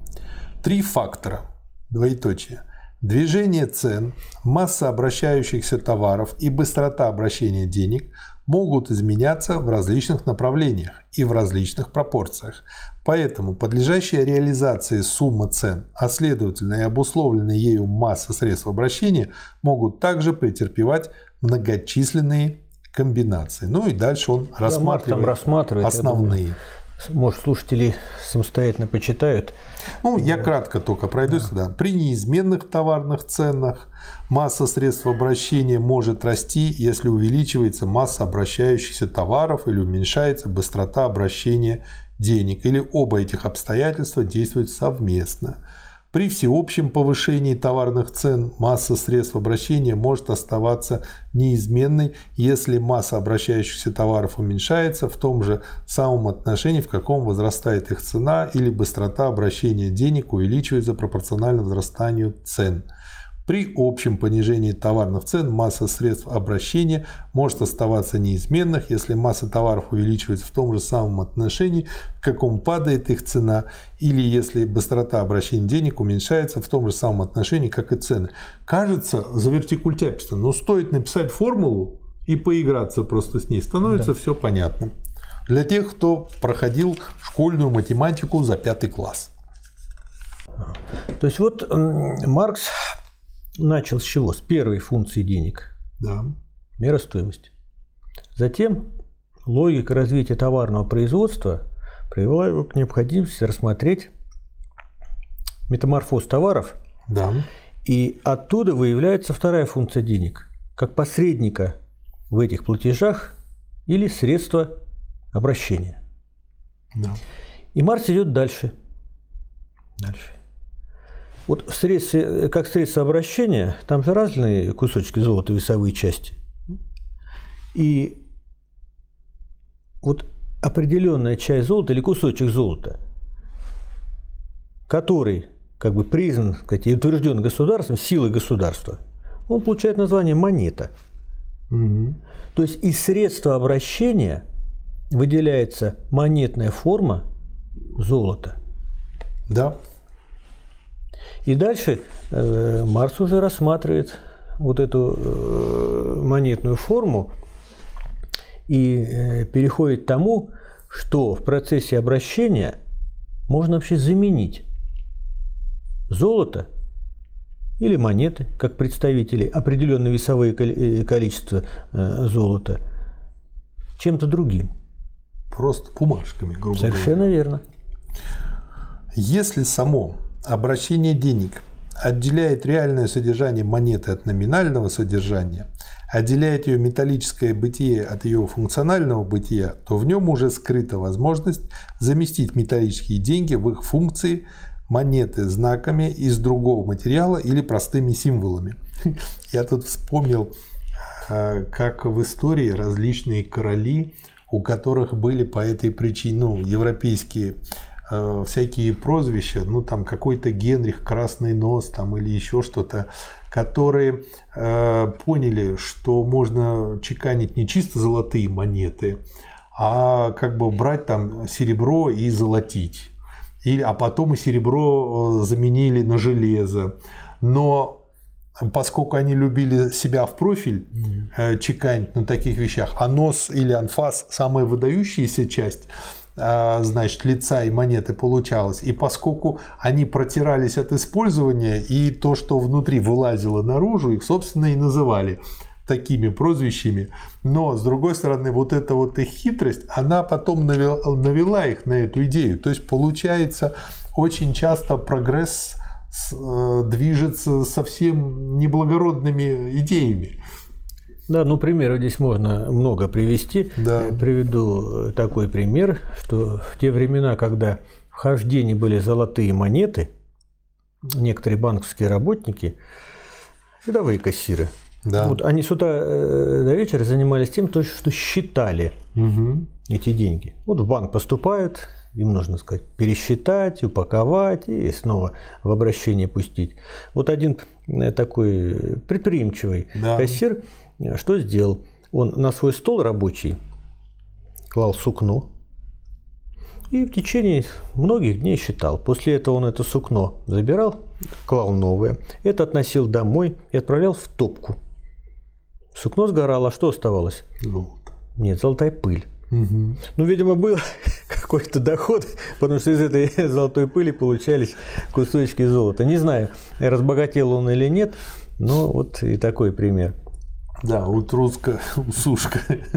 Три фактора. Двоеточие. Движение цен, масса обращающихся товаров и быстрота обращения денег могут изменяться в различных направлениях и в различных пропорциях. Поэтому подлежащая реализации сумма цен, а следовательно и обусловленная ею масса средств обращения, могут также претерпевать многочисленные комбинации. Ну и дальше он да, рассматривает, рассматривает основные. Может, слушатели самостоятельно почитают. Ну, я кратко только пройдусь. Да. Да. При неизменных товарных ценах масса средств обращения может расти, если увеличивается масса обращающихся товаров или уменьшается быстрота обращения денег, или оба этих обстоятельства действуют совместно. При всеобщем повышении товарных цен масса средств обращения может оставаться неизменной, если масса обращающихся товаров уменьшается в том же самом отношении, в каком возрастает их цена, или быстрота обращения денег увеличивается пропорционально возрастанию цен. При общем понижении товарных цен масса средств обращения может оставаться неизменной, если масса товаров увеличивается в том же самом отношении, в каком падает их цена, или если быстрота обращения денег уменьшается в том же самом отношении, как и цены. Кажется, завертикультяписто, но стоит написать формулу и поиграться просто с ней, становится да. все понятно. Для тех, кто проходил школьную математику за пятый класс. То есть вот Маркс начал с чего? С первой функции денег. Да. Мера стоимости. Затем логика развития товарного производства привела его к необходимости рассмотреть метаморфоз товаров. Да. И оттуда выявляется вторая функция денег, как посредника в этих платежах или средства обращения. Да. И Маркс идет дальше. Дальше. Вот в средстве, как средство обращения, там же разные кусочки золота, весовые части. И вот определенная часть золота или кусочек золота, который как бы признан, сказать, и утвержден государством, силой государства, он получает название монета. Угу. То есть из средства обращения выделяется монетная форма золота. Да. И дальше э, Маркс уже рассматривает вот эту э, монетную форму и э, переходит к тому, что в процессе обращения можно вообще заменить золото или монеты, как представители, определенные весовые количества э, золота, чем-то другим. Просто бумажками, грубо говоря. Совершенно верно. Если само обращение денег отделяет реальное содержание монеты от номинального содержания, отделяет ее металлическое бытие от ее функционального бытия, то в нем уже скрыта возможность заместить металлические деньги в их функции монеты знаками из другого материала или простыми символами. Я тут вспомнил, как в истории различные короли, у которых были по этой причине, ну, европейские э, всякие прозвища, ну там какой-то Генрих Красный Нос там, или еще что-то, которые э, поняли, что можно чеканить не чисто золотые монеты, а как бы брать там серебро и золотить. Или, а потом и серебро заменили на железо. Но поскольку они любили себя в профиль э, чеканить на таких вещах, а нос или анфас – самая выдающаяся часть, э, значит, лица и монеты получалась. И поскольку они протирались от использования, и то, что внутри вылазило наружу, их, собственно, и называли такими прозвищами. Но, с другой стороны, вот эта вот их хитрость, она потом навела, навела их на эту идею. То есть, получается, очень часто прогресс движется совсем неблагородными идеями. Да, ну примеров здесь можно много привести. Да. Я приведу такой пример, что в те времена, когда в хождении были золотые монеты, некоторые банковские работники, рядовые кассиры, да. вот они с утра до вечера занимались тем, что считали угу. эти деньги. Вот в банк поступают, им нужно сказать, пересчитать, упаковать и снова в обращение пустить. Вот один такой предприимчивый да. кассир что сделал? Он на свой стол рабочий клал сукно и в течение многих дней считал. После этого он это сукно забирал, клал новое, это относил домой и отправлял в топку. Сукно сгорало, а что оставалось? Золото. Нет, золотая пыль. Угу. Ну, видимо, был какой-то доход, потому что из этой золотой пыли получались кусочки золота. Не знаю, разбогател он или нет, но вот и такой пример. Да, утруска, усушка.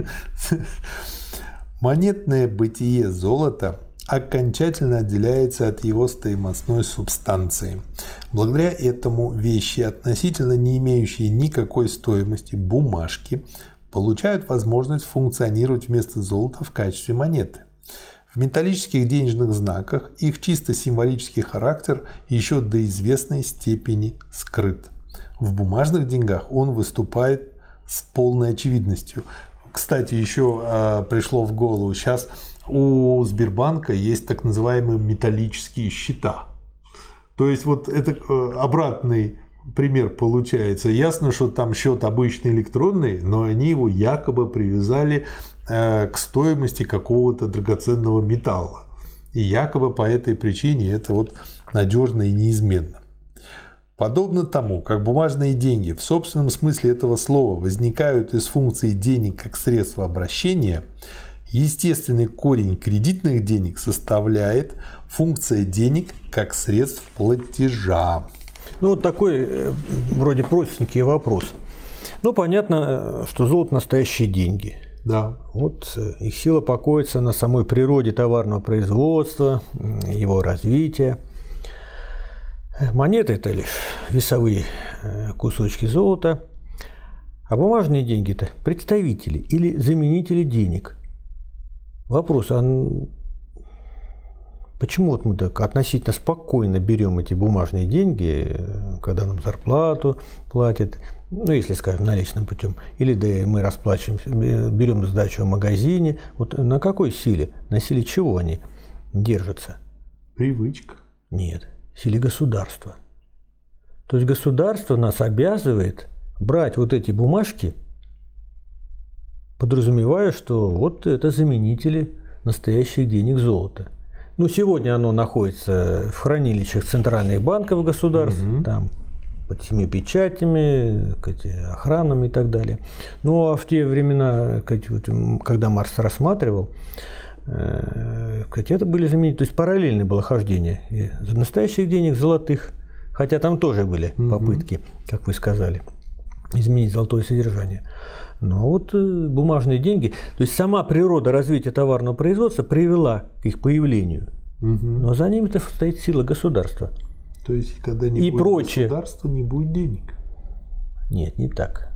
Монетное бытие золота окончательно отделяется от его стоимостной субстанции. Благодаря этому вещи, относительно не имеющие никакой стоимости бумажки, получают возможность функционировать вместо золота в качестве монеты. В металлических денежных знаках их чисто символический характер еще до известной степени скрыт. В бумажных деньгах он выступает с полной очевидностью. Кстати, еще э, пришло в голову, сейчас у Сбербанка есть так называемые металлические счета. То есть вот это э, обратный пример получается. Ясно, что там счет обычный электронный, но они его якобы привязали э, к стоимости какого-то драгоценного металла. И якобы по этой причине это вот надежно и неизменно. Подобно тому, как бумажные деньги в собственном смысле этого слова возникают из функции денег как средства обращения, естественный корень кредитных денег составляет функция денег как средств платежа. Ну, вот такой вроде простенький вопрос. Ну, понятно, что золото – настоящие деньги. Да. Вот их сила покоится на самой природе товарного производства, его развития. Монеты – это лишь весовые кусочки золота, а бумажные деньги – это представители или заменители денег. Вопрос, а почему вот мы так относительно спокойно берем эти бумажные деньги, когда нам зарплату платят, ну, если, скажем, наличным путем, или да, мы расплачиваемся, берем сдачу в магазине. Вот на какой силе, на силе чего они держатся? Привычка. Нет. Силе государства. То есть государство нас обязывает брать вот эти бумажки, подразумевая, что вот это заменители настоящих денег золота. Ну, сегодня оно находится в хранилищах центральных банков государств, угу. там под семи печатями, охранами и так далее. Ну, а в те времена, когда Маркс рассматривал, это были заменители, то есть параллельное было хождение и настоящих денег золотых, хотя там тоже были попытки, как вы сказали, изменить золотое содержание. Но вот бумажные деньги, то есть сама природа развития товарного производства привела к их появлению, угу. но за ними-то стоит сила государства. То есть когда не и будет прочее. Государства, не будет денег? Нет, не так.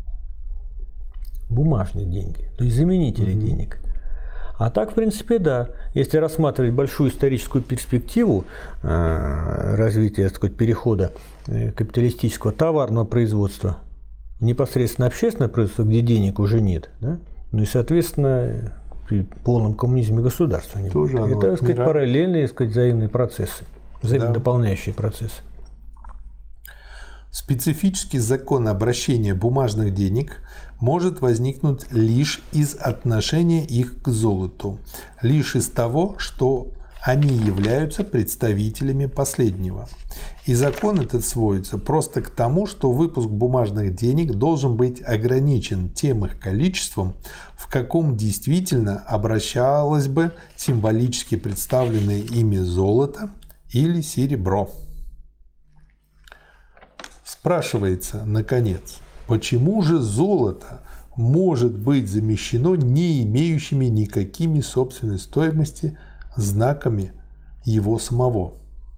Бумажные деньги, то есть заменители угу. денег. А так, в принципе, да. Если рассматривать большую историческую перспективу э, развития, так сказать, перехода э, капиталистического товарного производства в непосредственно общественное производство, где денег уже нет, да? Ну и, соответственно, при полном коммунизме государства. Тоже это, так сказать, мира... параллельные, так сказать, взаимные процессы, взаимодополняющие да. процессы. Специфический закон обращения бумажных денег может возникнуть лишь из отношения их к золоту, лишь из того, что они являются представителями последнего. И закон этот сводится просто к тому, что выпуск бумажных денег должен быть ограничен тем их количеством, в каком действительно обращалось бы символически представленное ими золото или серебро. Спрашивается, наконец, почему же золото может быть замещено не имеющими никакими собственной стоимости знаками его самого?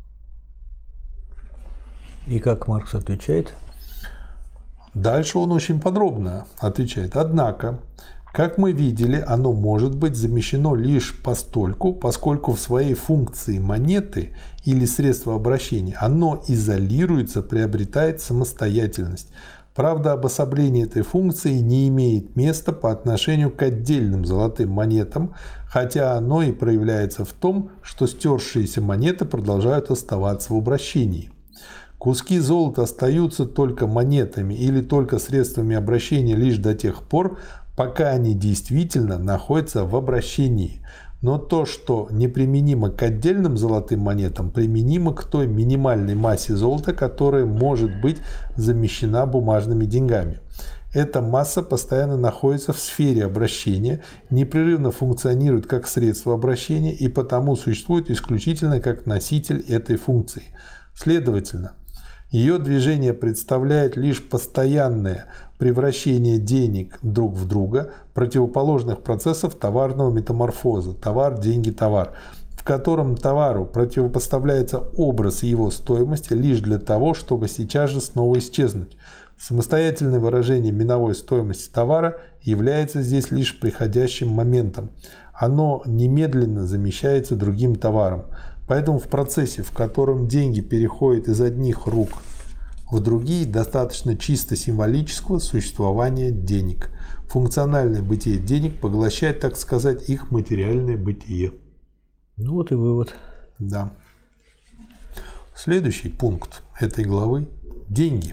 И как Маркс отвечает? Дальше он очень подробно отвечает. Однако, как мы видели, оно может быть замещено лишь постольку, поскольку в своей функции монеты или средства обращения оно изолируется, приобретает самостоятельность. Правда, обособление этой функции не имеет места по отношению к отдельным золотым монетам, хотя оно и проявляется в том, что стершиеся монеты продолжают оставаться в обращении. Куски золота остаются только монетами или только средствами обращения лишь до тех пор, пока они действительно находятся в обращении. Но то, что неприменимо к отдельным золотым монетам, применимо к той минимальной массе золота, которая может быть замещена бумажными деньгами. Эта масса постоянно находится в сфере обращения, непрерывно функционирует как средство обращения и потому существует исключительно как носитель этой функции. Следовательно, ее движение представляет лишь постоянное превращение денег друг в друга, противоположных процессов товарного метаморфоза, товар, деньги, товар, в котором товару противопоставляется образ его стоимости лишь для того, чтобы сейчас же снова исчезнуть. Самостоятельное выражение миновой стоимости товара является здесь лишь приходящим моментом. Оно немедленно замещается другим товаром. Поэтому в процессе, в котором деньги переходят из одних рук в другие, достаточно чисто символического существования денег. Функциональное бытие денег поглощает, так сказать, их материальное бытие. Ну вот и вывод. Да. Следующий пункт этой главы – деньги.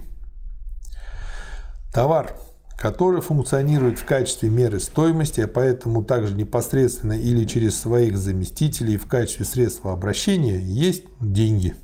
Товар, который функционирует в качестве меры стоимости, а поэтому также непосредственно или через своих заместителей в качестве средства обращения, есть деньги.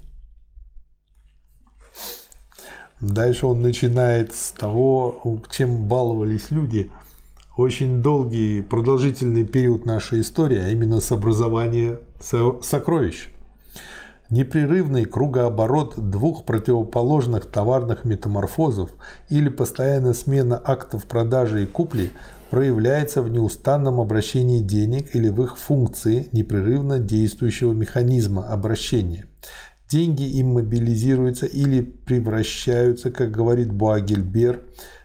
Дальше он начинает с того, чем баловались люди очень долгий, продолжительный период нашей истории, а именно с образования сокровищ. Непрерывный кругооборот двух противоположных товарных метаморфозов или постоянная смена актов продажи и купли проявляется в неустанном обращении денег или в их функции непрерывно действующего механизма обращения. Деньги иммобилизируются или превращаются, как говорит Буагильбер,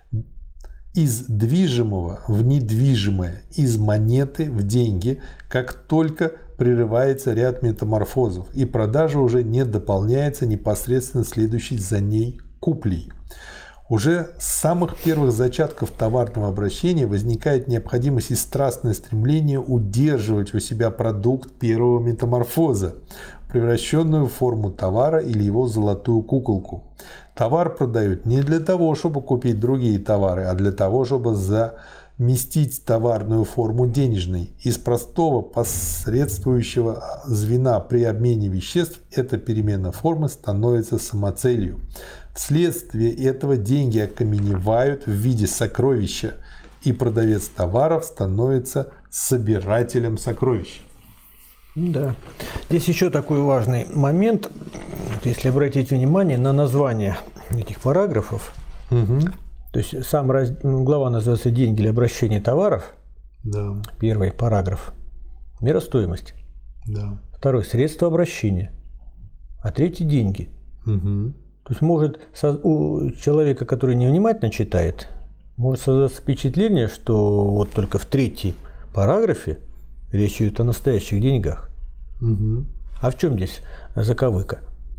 из движимого в недвижимое, из монеты в деньги, как только прерывается ряд метаморфозов, и продажа уже не дополняется непосредственно следующей за ней куплей. Уже с самых первых зачатков товарного обращения возникает необходимость и страстное стремление удерживать у себя продукт первого метаморфоза, превращенную в форму товара или его золотую куколку. Товар продают не для того, чтобы купить другие товары, а для того, чтобы заместить товарную форму денежной. Из простого посредствующего звена при обмене веществ эта перемена формы становится самоцелью. Вследствие этого деньги окаменевают в виде сокровища, и продавец товаров становится собирателем сокровищ. Да. Здесь еще такой важный момент, если обратить внимание на название этих параграфов. Угу. То есть сам раз... глава называется «Деньги или обращение товаров». Да. Первый параграф – мера стоимости. Да. Второй – средства обращения. А третий – деньги. Угу. То есть может у человека, который невнимательно читает, может создаться впечатление, что вот только в третьем параграфе речь идет о настоящих деньгах. Угу. А в чем здесь заковыка?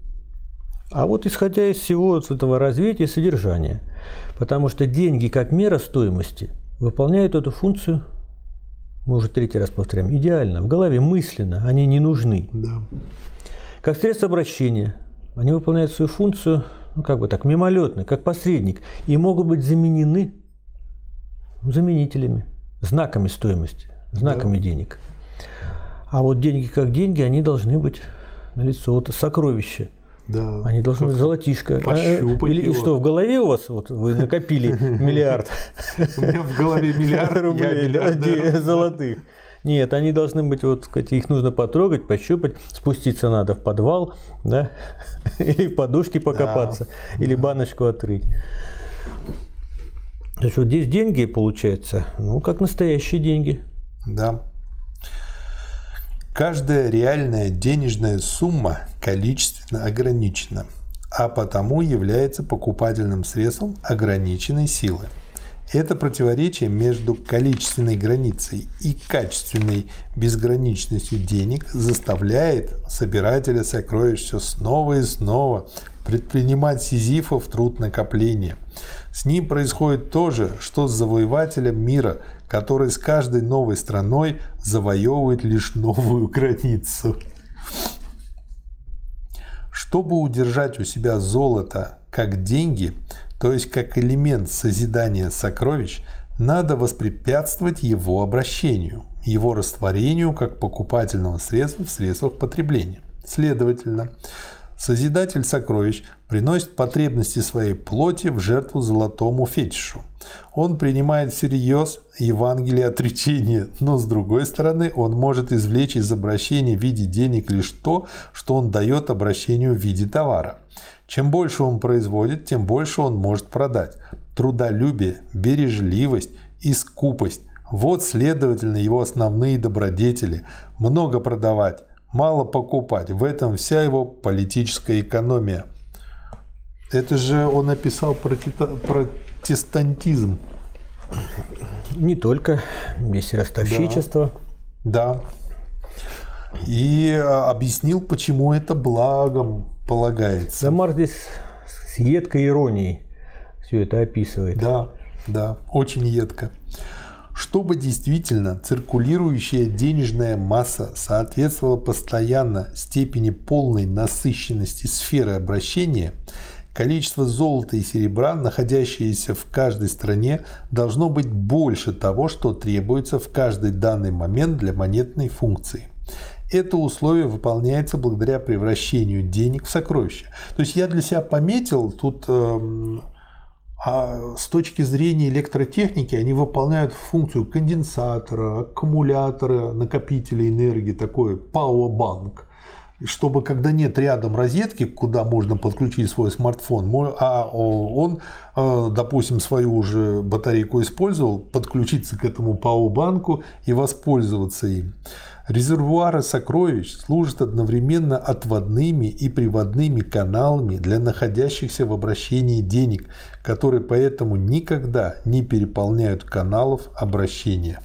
А вот исходя из всего вот этого развития и содержания. Потому что деньги как мера стоимости выполняют эту функцию мы уже третий раз повторяем, идеально, в голове мысленно, они не нужны. Да. Как средство обращения, они выполняют свою функцию, ну, как бы так, мимолетно, как посредник, и могут быть заменены заменителями, знаками стоимости, знаками да. денег. А вот деньги как деньги, они должны быть налицо. Вот сокровища. Да. Они должны быть золотишко. Или его. Что, в голове у вас, вот вы накопили миллиард? У меня в голове миллиард рублей золотых. Нет, они должны быть, вот, их нужно потрогать, пощупать, спуститься надо в подвал, да, или в подушке покопаться, да. или баночку открыть. То есть вот здесь деньги, получается, ну, как настоящие деньги. Да. Каждая реальная денежная сумма количественно ограничена, а потому является покупательным средством ограниченной силы. Это противоречие между количественной границей и качественной безграничностью денег заставляет собирателя сокровищ все снова и снова предпринимать сизифов труд накопления. С ним происходит то же, что с завоевателем мира, который с каждой новой страной завоевывает лишь новую границу. Чтобы удержать у себя золото как деньги, то есть как элемент созидания сокровищ, надо воспрепятствовать его обращению, его растворению как покупательного средства в средствах потребления. Следовательно, созидатель сокровищ приносит потребности своей плоти в жертву золотому фетишу. Он принимает всерьез Евангелие отречения, но с другой стороны он может извлечь из обращения в виде денег лишь то, что он дает обращению в виде товара. Чем больше он производит, тем больше он может продать. Трудолюбие, бережливость и скупость – вот, следовательно, его основные добродетели. Много продавать, мало покупать – в этом вся его политическая экономия. Это же он описал протестантизм. Не только, есть и ростовщичество. Да. да. И объяснил, почему это благом полагается. Да, Марк здесь с едкой иронией все это описывает. Да, да, очень едко. Чтобы действительно циркулирующая денежная масса соответствовала постоянно степени полной насыщенности сферы обращения, количество золота и серебра, находящееся в каждой стране, должно быть больше того, что требуется в каждый данный момент для монетной функции. Это условие выполняется благодаря превращению денег в сокровища. То есть я для себя пометил, тут э, а с точки зрения электротехники они выполняют функцию конденсатора, аккумулятора, накопителя энергии, такой powerbank. Чтобы когда нет рядом розетки, куда можно подключить свой смартфон, а он, допустим, свою уже батарейку использовал, подключиться к этому пауэрбанку и воспользоваться им. Резервуары сокровищ служат одновременно отводными и приводными каналами для находящихся в обращении денег, которые поэтому никогда не переполняют каналов обращения.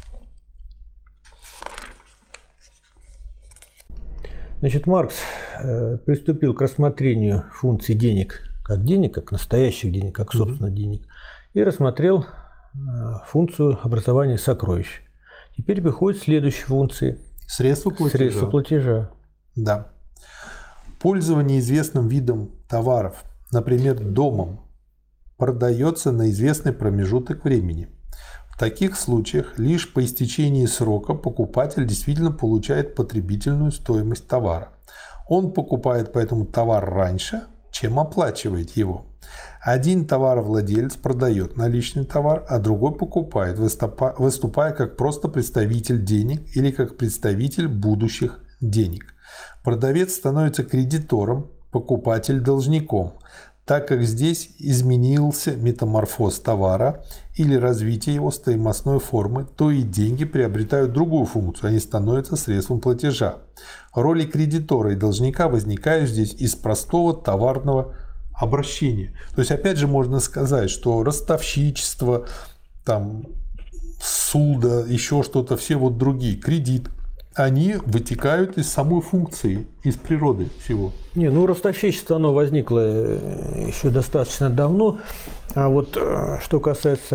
Значит, Маркс э, приступил к рассмотрению функций денег как денег, как настоящих денег, как собственно mm-hmm. денег, и рассмотрел э, функцию образования сокровищ. Теперь приходит следующие функции. Средства платежа. Средства платежа. Да. Пользование известным видом товаров, например, домом, продается на известный промежуток времени. В таких случаях лишь по истечении срока покупатель действительно получает потребительную стоимость товара. Он покупает поэтому товар раньше, чем оплачивает его. Один товаровладелец продает наличный товар, а другой покупает, выступая как просто представитель денег или как представитель будущих денег. Продавец становится кредитором, покупатель – должником, так как здесь изменился метаморфоз товара или развитие его стоимостной формы, то и деньги приобретают другую функцию, они становятся средством платежа. Роли кредитора и должника возникают здесь из простого товарного обращения. То есть, опять же, можно сказать, что ростовщичество, там, ссуда, еще что-то, все вот другие, кредит, они вытекают из самой функции, из природы всего. Не, ну ростовщичество, оно возникло еще достаточно давно. А вот что касается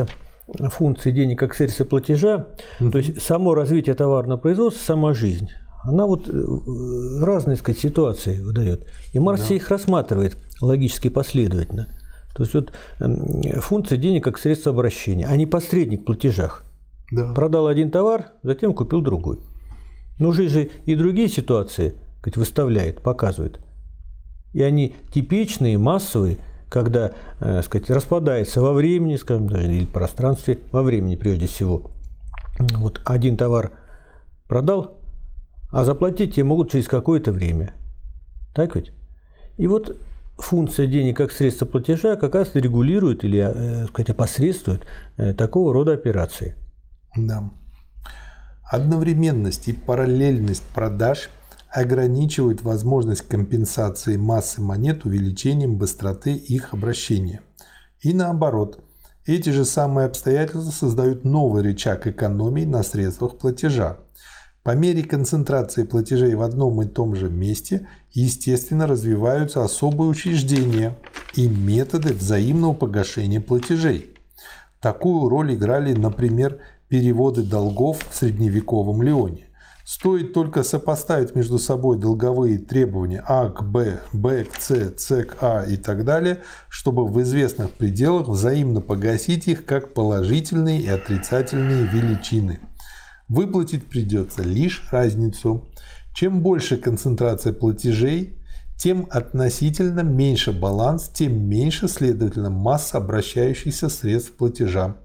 функции денег как средства платежа, mm-hmm. то есть само развитие товарного производства, сама жизнь, она вот разные, так сказать, ситуации выдает. И Маркс yeah. их рассматривает логически последовательно. То есть вот функция денег как средство обращения, а не посредник в платежах. Yeah. Продал один товар, затем купил другой. Но жизнь же и другие ситуации, сказать, выставляет, показывает. И они типичные, массовые, когда, э, сказать, распадается во времени, скажем, даже или в пространстве, во времени прежде всего. Вот один товар продал, а заплатить тебе могут через какое-то время. Так ведь? И вот функция денег как средство платежа как раз регулирует или, э, сказать, опосредствует э, такого рода операции. Да. Одновременность и параллельность продаж ограничивают возможность компенсации массы монет увеличением быстроты их обращения. И наоборот, эти же самые обстоятельства создают новый рычаг экономии на средствах платежа. По мере концентрации платежей в одном и том же месте, естественно, развиваются особые учреждения и методы взаимного погашения платежей. Такую роль играли, например, переводы долгов в средневековом Лионе. Стоит только сопоставить между собой долговые требования А к Б, Б к С, С к А и так далее, чтобы в известных пределах взаимно погасить их как положительные и отрицательные величины. Выплатить придется лишь разницу. Чем больше концентрация платежей, тем относительно меньше баланс, тем меньше, следовательно, масса обращающихся средств платежа.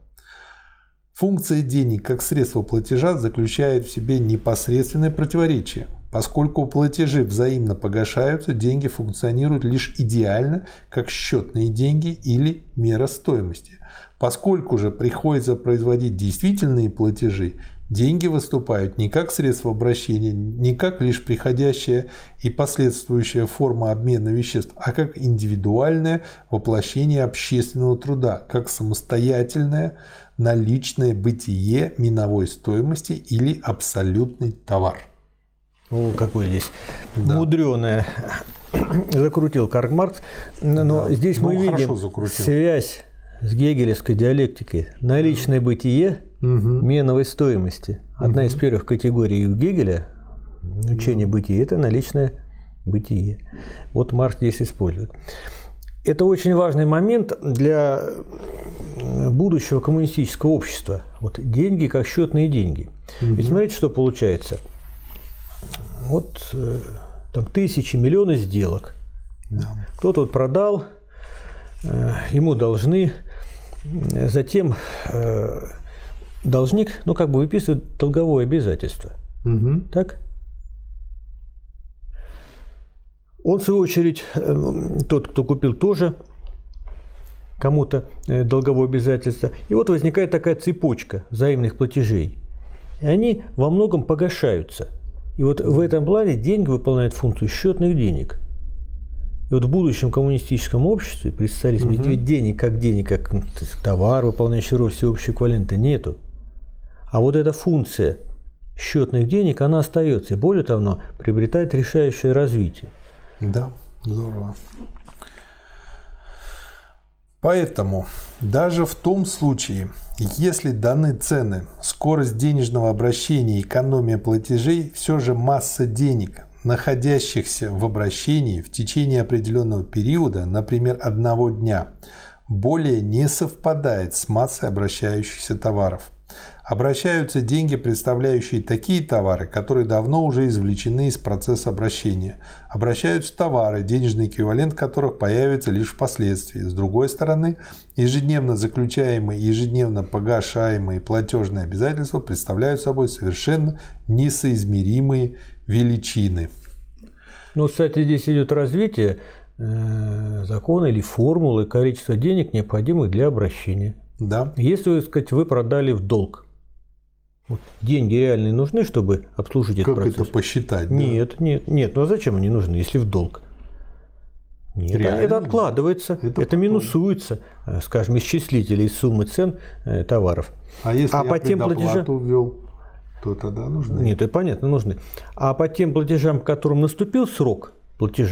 Функция денег как средство платежа заключает в себе непосредственное противоречие. Поскольку платежи взаимно погашаются, деньги функционируют лишь идеально, как счетные деньги или мера стоимости. Поскольку же приходится производить действительные платежи, деньги выступают не как средство обращения, не как лишь приходящая и последствующая форма обмена веществ, а как индивидуальное воплощение общественного труда, как самостоятельное наличное бытие миновой стоимости или абсолютный товар. О, какой здесь да. мудреное закрутил Карл Маркс. Но да. здесь ну, мы видим связь с гегелевской диалектикой. Наличное бытие угу. меновой стоимости. Одна угу. из первых категорий у Гегеля учения угу. бытия – это наличное бытие. Вот Маркс здесь использует. Это очень важный момент для будущего коммунистического общества. Вот деньги как счетные деньги. Угу. Ведь смотрите, что получается. Вот там тысячи, миллионы сделок. Да. Кто-то вот продал, ему должны, затем должник, ну как бы выписывает долговое обязательство. Угу. Так? Он, в свою очередь, тот, кто купил, тоже кому-то долговое обязательство. И вот возникает такая цепочка взаимных платежей. И они во многом погашаются. И вот в этом плане деньги выполняют функцию счетных денег. И вот в будущем коммунистическом обществе при социализме угу. ведь денег как денег, как товар, выполняющий роль всеобщего эквивалента, нету. А вот эта функция счетных денег, она остается. И более того, она приобретает решающее развитие. Да, здорово. Поэтому даже в том случае, если даны цены, скорость денежного обращения и экономия платежей, все же масса денег, находящихся в обращении в течение определенного периода, например, одного дня, более не совпадает с массой обращающихся товаров. Обращаются деньги, представляющие такие товары, которые давно уже извлечены из процесса обращения. Обращаются товары, денежный эквивалент которых появится лишь впоследствии. С другой стороны, ежедневно заключаемые и ежедневно погашаемые платежные обязательства представляют собой совершенно несоизмеримые величины. Ну, кстати, здесь идет развитие э, закона или формулы количества денег, необходимых для обращения. Да. Если, так сказать, вы продали в долг, вот деньги реальные нужны, чтобы обслужить этот процесс? Как это посчитать? Нет, да? нет, нет. Ну а зачем они нужны, если в долг? Нет, реально? Это откладывается, это, это минусуется, скажем, исчислители из суммы цен э, товаров. А если а я по тем предоплату ввел, то тогда нужны? Нет, это понятно, нужны. А по тем платежам, к которым наступил срок платежа,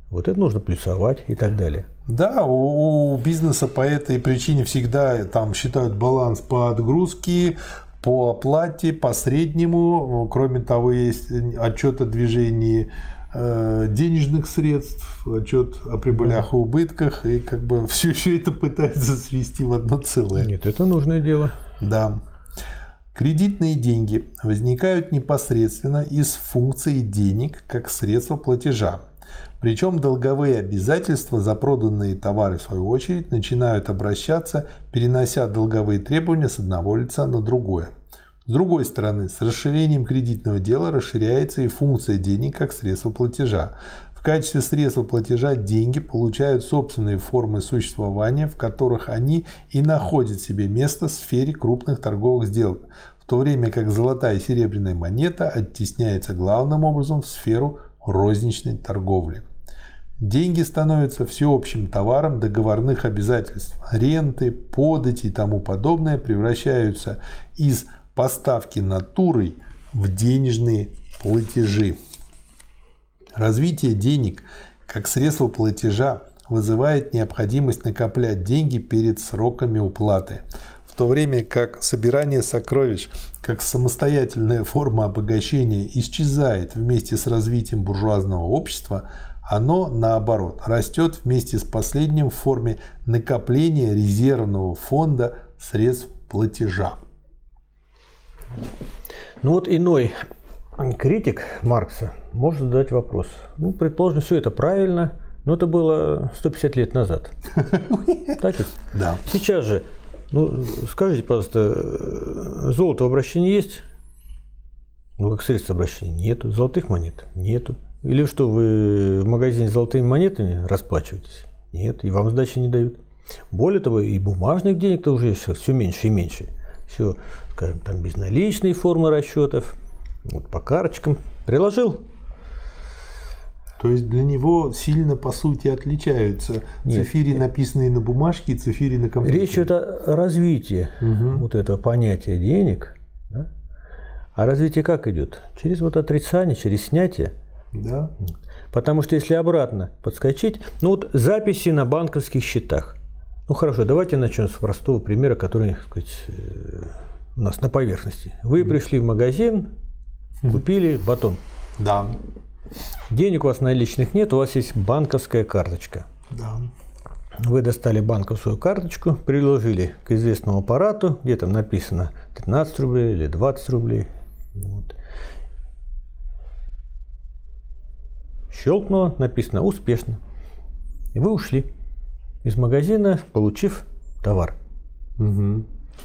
Вот это нужно плюсовать и так далее. Да, у, у бизнеса по этой причине всегда там считают баланс по отгрузке, по оплате, по среднему. Кроме того, есть отчет о движении э, денежных средств, отчет о прибылях и убытках, и как бы все, все это пытается свести в одно целое. Нет, это нужное дело. Да. Кредитные деньги возникают непосредственно из функции денег как средства платежа. Причем долговые обязательства за проданные товары, в свою очередь, начинают обращаться, перенося долговые требования с одного лица на другое. С другой стороны, с расширением кредитного дела расширяется и функция денег как средства платежа. В качестве средства платежа деньги получают собственные формы существования, в которых они и находят себе место в сфере крупных торговых сделок, в то время как золотая и серебряная монета оттесняется главным образом в сферу розничной торговли. Деньги становятся всеобщим товаром договорных обязательств. Ренты, подати и тому подобное превращаются из поставки натурой в денежные платежи. Развитие денег как средство платежа вызывает необходимость накоплять деньги перед сроками уплаты, в то время как собирание сокровищ как самостоятельная форма обогащения исчезает вместе с развитием буржуазного общества, оно, наоборот, растет вместе с последним в форме накопления резервного фонда средств платежа. Ну вот иной критик Маркса может задать вопрос. Ну, предположим, все это правильно, но это было сто пятьдесят лет назад. Так ведь? Да. Сейчас же, ну, скажите, пожалуйста, золото в обращении есть? Ну, как средство обращения нету. Золотых монет нету. Или что, вы в магазине с золотыми монетами расплачиваетесь? Нет, и вам сдачи не дают. Более того, и бумажных денег-то уже все, все меньше и меньше. Все, скажем, там безналичные формы расчетов, вот по карточкам. Приложил. То есть для него сильно, по сути, отличаются Нет. цифири, написанные на бумажке, и цифири на компьютере. Речь идет о развитии угу. вот этого понятия денег. Да? А развитие как идет? Через вот отрицание, через снятие. Да. Потому что если обратно подскочить, ну вот записи на банковских счетах. Ну хорошо, давайте начнем с простого примера, который, так сказать, у нас на поверхности. Вы пришли в магазин, купили батон. Да. Денег у вас наличных нет, у вас есть банковская карточка. Да. Вы достали банковскую карточку, приложили к известному аппарату, где там написано тринадцать рублей или двадцать рублей. Вот. Щелкнуло, написано «Успешно». И вы ушли из магазина, получив товар. Угу.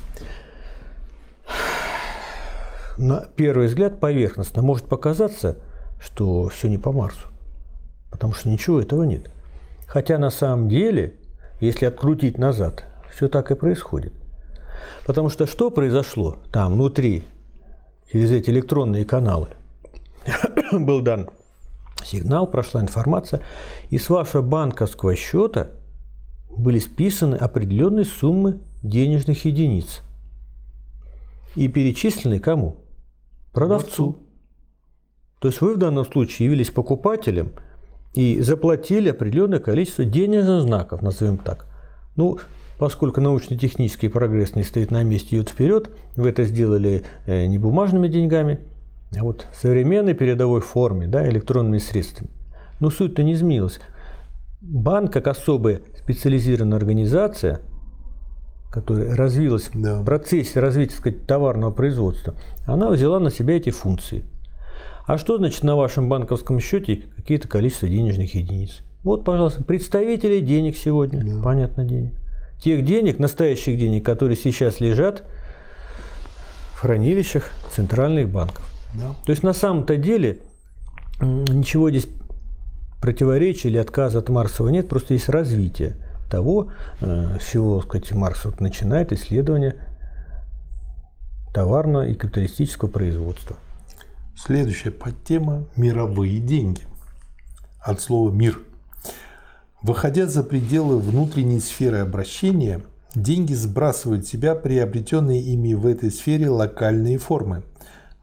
На первый взгляд поверхностно может показаться, что все не по Марсу, потому что ничего этого нет. Хотя на самом деле, если открутить назад, все так и происходит. Потому что что произошло там внутри, через эти электронные каналы? Был дан сигнал, прошла информация, и с вашего банковского счета были списаны определенные суммы денежных единиц. И перечислены кому? Продавцу. То есть вы в данном случае явились покупателем и заплатили определенное количество денежных знаков, назовем так. Ну, поскольку научно-технический прогресс не стоит на месте, идет вперед, вы это сделали не бумажными деньгами, а вот в современной передовой форме, да, электронными средствами. Но суть-то не изменилась. Банк, как особая специализированная организация, которая развилась да. в процессе развития, так сказать, товарного производства, она взяла на себя эти функции. А что значит на вашем банковском счете какие-то количество денежных единиц? Вот, пожалуйста, представители денег сегодня, да. понятно, денег. Тех денег, настоящих денег, которые сейчас лежат в хранилищах центральных банков. Да. То есть на самом-то деле ничего здесь противоречия или отказа от Марксова нет, просто есть развитие того, с чего, так сказать, Маркс вот начинает исследование товарного и капиталистического производства. Следующая подтема – мировые деньги. От слова «мир». Выходя за пределы внутренней сферы обращения, деньги сбрасывают в себя приобретенные ими в этой сфере локальные формы.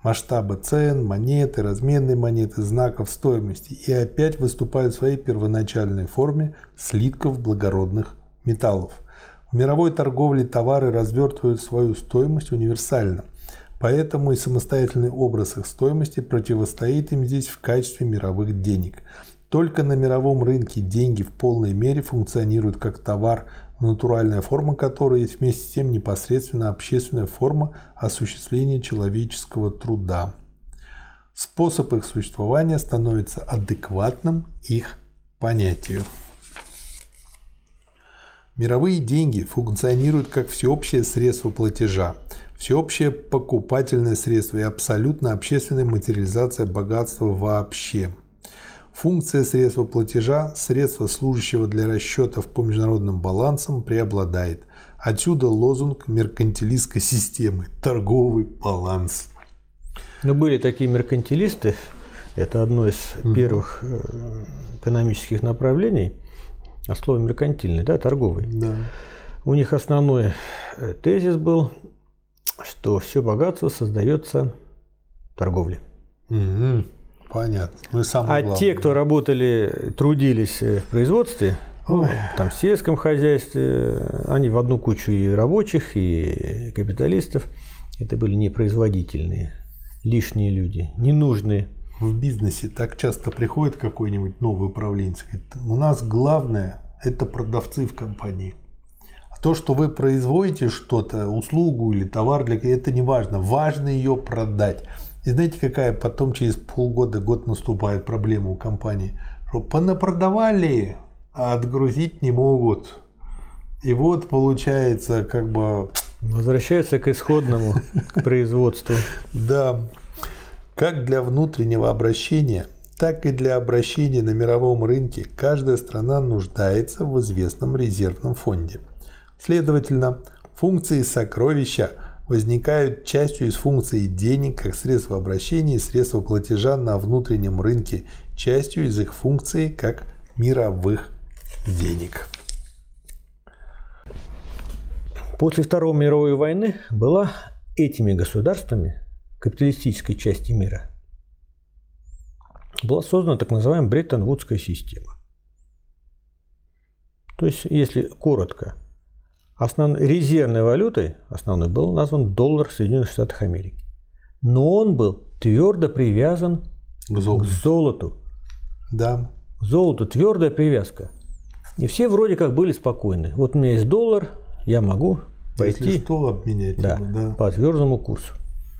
масштаба цен, монеты, разменной монеты, знаков стоимости и опять выступают в своей первоначальной форме слитков благородных металлов. В мировой торговле товары развертывают свою стоимость универсально, поэтому и самостоятельный образ их стоимости противостоит им здесь в качестве мировых денег. Только на мировом рынке деньги в полной мере функционируют как товар, натуральная форма которой есть вместе с тем непосредственно общественная форма осуществления человеческого труда. Способ их существования становится адекватным их понятию. Мировые деньги функционируют как всеобщее средство платежа, всеобщее покупательное средство и абсолютно общественная материализация богатства вообще. Функция средства платежа, средства, служащего для расчетов по международным балансам, преобладает. Отсюда лозунг меркантилистской системы – торговый баланс. Но были такие меркантилисты, это одно из угу. первых экономических направлений, а слово меркантильный, да, торговый. Да. У них основной тезис был, что все богатство создается торговлей. Угу. Понятно. Ну, и самое а главное. те, кто работали, трудились в производстве, ну, там, в сельском хозяйстве, они в одну кучу и рабочих, и капиталистов. Это были непроизводительные, лишние люди, ненужные. В бизнесе так часто приходит какой-нибудь новый управленец, говорит, у нас главное – это продавцы в компании. А то, что вы производите что-то, услугу или товар, для это не важно. Важно ее продать. И знаете, какая потом через полгода, год наступает проблема у компании? Что понапродавали, а отгрузить не могут. И вот получается как бы… Возвращаются к исходному, к производству. Да. Как для внутреннего обращения, так и для обращения на мировом рынке каждая страна нуждается в известном резервном фонде. Следовательно, функции сокровища возникают частью из функций денег как средства обращения и средства платежа на внутреннем рынке, частью из их функций как мировых денег. После Второй мировой войны была этими государствами капиталистической части мира была создана так называемая Бреттон-Вудская система. То есть, если коротко, основной, резервной валютой основной был назван доллар Соединенных Штатов Америки. Но он был твердо привязан к золоту. К золоту. Да. К золоту твердая привязка. И все вроде как были спокойны. Вот у меня есть доллар, я могу пойти Если что, обменять да, его, да. по твердому курсу.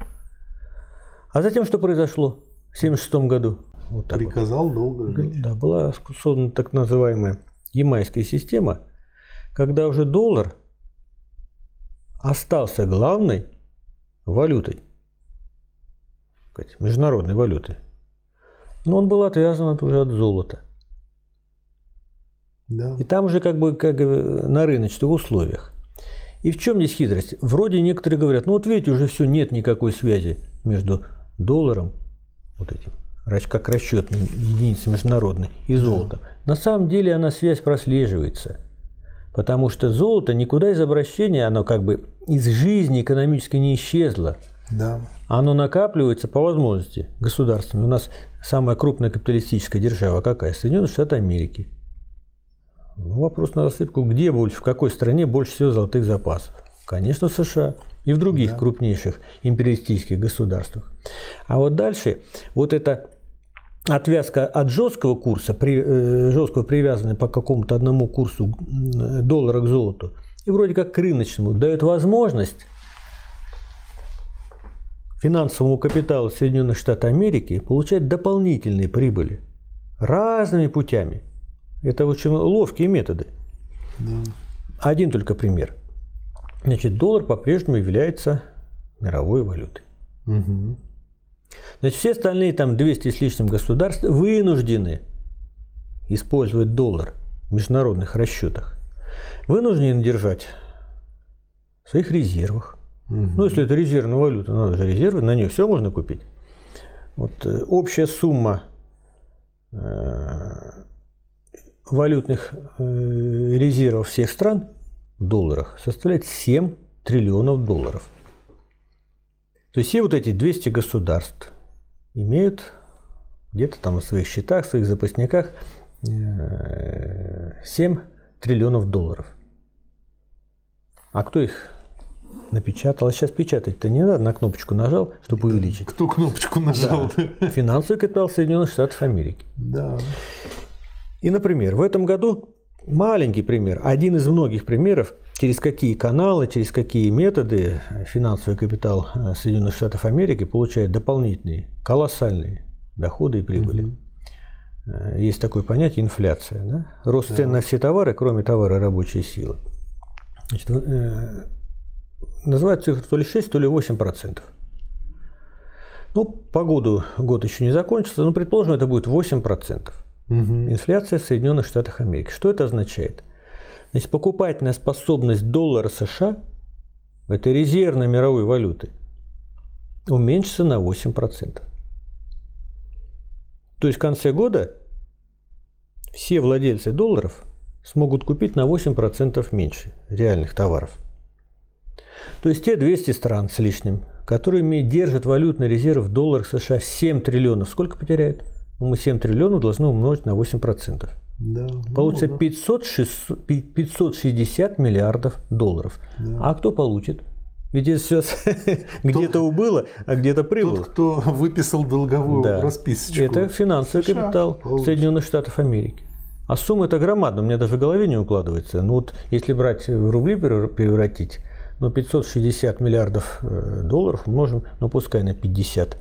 А затем что произошло в тысяча девятьсот семьдесят шестом году? Вот так Приказал вот. долго жить. Да, была создана так называемая ямайская система, когда уже доллар остался главной валютой, международной валютой. Но он был отвязан уже от золота. Да. И там уже как бы как на рыночных условиях. И в чем здесь хитрость? Вроде некоторые говорят, ну вот видите, уже все, нет никакой связи между долларом, вот этим, как расчетной единицей международной, и золотом. На самом деле она связь прослеживается. Потому что золото никуда из обращения, оно как бы из жизни экономически не исчезло. Да. Оно накапливается по возможности государствами. У нас самая крупная капиталистическая держава какая? Соединенные Штаты Америки. Вопрос на рассыпку, где больше, в какой стране больше всего золотых запасов? Конечно, в США и в других да. крупнейших империалистических государствах. А вот дальше, вот эта отвязка от жесткого курса, при, э, жесткого привязанная по какому-то одному курсу доллара к золоту, и вроде как к рыночному, дает возможность финансовому капиталу Соединенных Штатов Америки получать дополнительные прибыли разными путями. Это очень ловкие методы. Да. Один только пример. Значит, доллар по-прежнему является мировой валютой. Угу. Значит, все остальные там двести с лишним государств вынуждены использовать доллар в международных расчетах. Вынуждены держать в своих резервах. Угу. Ну, если это резервная валюта, надо же резервы, на нее все можно купить. Вот э, общая сумма э, валютных э, резервов всех стран в долларах составляет семь триллионов долларов. То есть все вот эти двести государств имеют где-то там на своих счетах, в своих запасниках семь триллионов долларов. А кто их напечатал? А сейчас печатать-то не надо, на кнопочку нажал, чтобы увеличить. Кто кнопочку нажал? Да. Финансовый капитал Соединенных Штатов Америки. Да. И, например, в этом году маленький пример, один из многих примеров, через какие каналы, через какие методы финансовый капитал Соединенных Штатов Америки получает дополнительные, колоссальные доходы и прибыли. Угу. Есть такое понятие инфляция. Да? Рост да. цен на все товары, кроме товара рабочей силы. Значит, э, называют цифру то ли шесть, то ли восемь процентов. Ну, по году год еще не закончился, но предположим, это будет восемь процентов. Угу. Инфляция в Соединенных Штатах Америки. Что это означает? Значит, покупательная способность доллара США, этой резервной мировой валюты, уменьшится на восемь процентов. То есть в конце года все владельцы долларов смогут купить на восемь процентов меньше реальных товаров. То есть те двести стран с лишним, которые держат валютный резерв в долларах США семь триллионов, сколько потеряют? Мы семь триллионов должны умножить на восемь процентов. Да, получится ну, да. пятьсот шестьдесят миллиардов долларов. Да. А кто получит? Ведь это сейчас где-то убыло, а где-то прибыло. Тот, кто выписал долговую да. расписочку. Это финансовый США капитал получит. Соединенных Штатов Америки. А сумма это громадная, у меня даже в голове не укладывается. Ну вот если брать в рубли превратить, ну пятьсот шестьдесят миллиардов долларов умножим, ну пускай на пятьдесят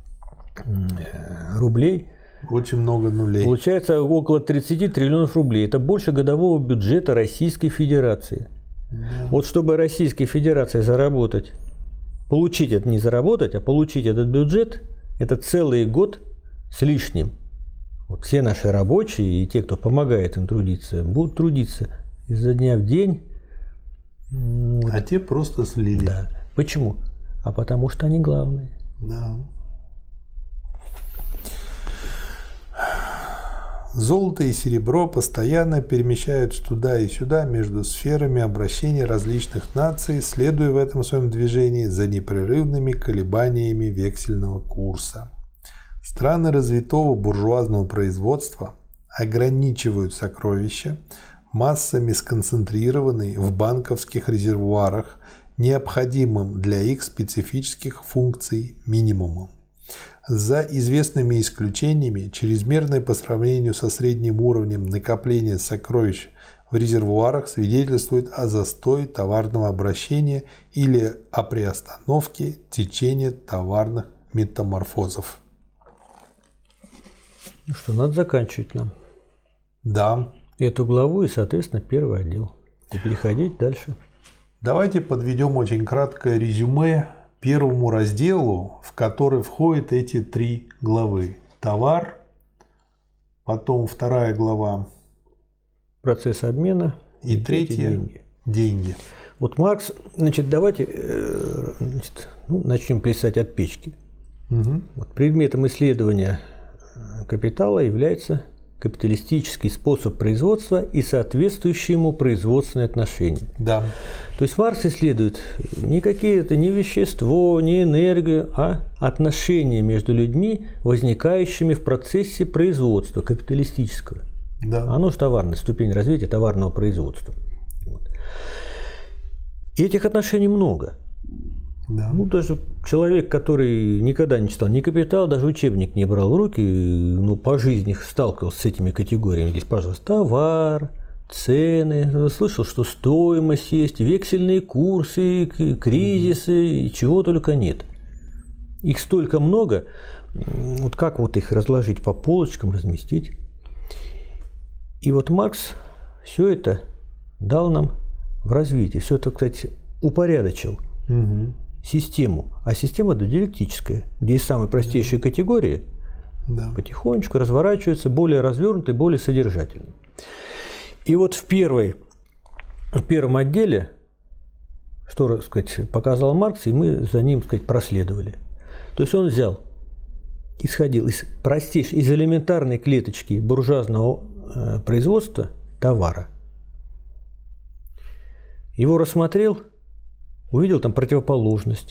рублей. Очень много нулей. Получается около тридцать триллионов рублей. Это больше годового бюджета Российской Федерации. Да. Вот чтобы Российской Федерации заработать, получить это, не заработать, а получить этот бюджет, это целый год с лишним. Вот все наши рабочие и те, кто помогает им трудиться, будут трудиться изо дня в день. Вот. А те просто слили. Да. Почему? А потому что они главные. Да. Золото и серебро постоянно перемещаются туда и сюда между сферами обращения различных наций, следуя в этом своем движении за непрерывными колебаниями вексельного курса. Страны развитого буржуазного производства ограничивают сокровища, массами сконцентрированные в банковских резервуарах, необходимым для их специфических функций минимумом. За известными исключениями, чрезмерное по сравнению со средним уровнем накопления сокровищ в резервуарах свидетельствует о застое товарного обращения или о приостановке течения товарных метаморфозов. Ну что, надо заканчивать нам. Да. Эту главу и, соответственно, первый отдел. И переходить дальше. Давайте подведем очень краткое резюме первому разделу, в который входят эти три главы. Товар, потом вторая глава. Процесс обмена. И, и третья деньги. деньги. Вот Маркс, значит, давайте значит, ну, начнем плясать от печки. Угу. Вот предметом исследования капитала является капиталистический способ производства и соответствующие ему производственные отношения. Да. То есть Маркс исследует не какие-то, не вещество, не энергию, а отношения между людьми, возникающими в процессе производства капиталистического. Да. Оно же товарная ступень развития товарного производства. Вот. И этих отношений много. Да. Ну, даже человек, который никогда не читал ни «Капитал», даже учебник не брал в руки, ну, по жизни сталкивался с этими категориями. Здесь, пожалуйста, товар, цены, слышал, что стоимость есть, вексельные курсы, кризисы, и чего только нет. Их столько много, вот как вот их разложить по полочкам, разместить. И вот Маркс все это дал нам в развитии, все это, кстати, упорядочил. Угу. Систему, а система да, диалектическая, где есть самые простейшие категории, да. потихонечку разворачиваются более развернутые, более содержательные. И вот в, первой, в первом отделе, что так сказать, показал Маркс, и мы за ним так сказать, проследовали. То есть он взял, исходил из простейшей, из элементарной клеточки буржуазного э, производства товара, его рассмотрел, увидел там противоположность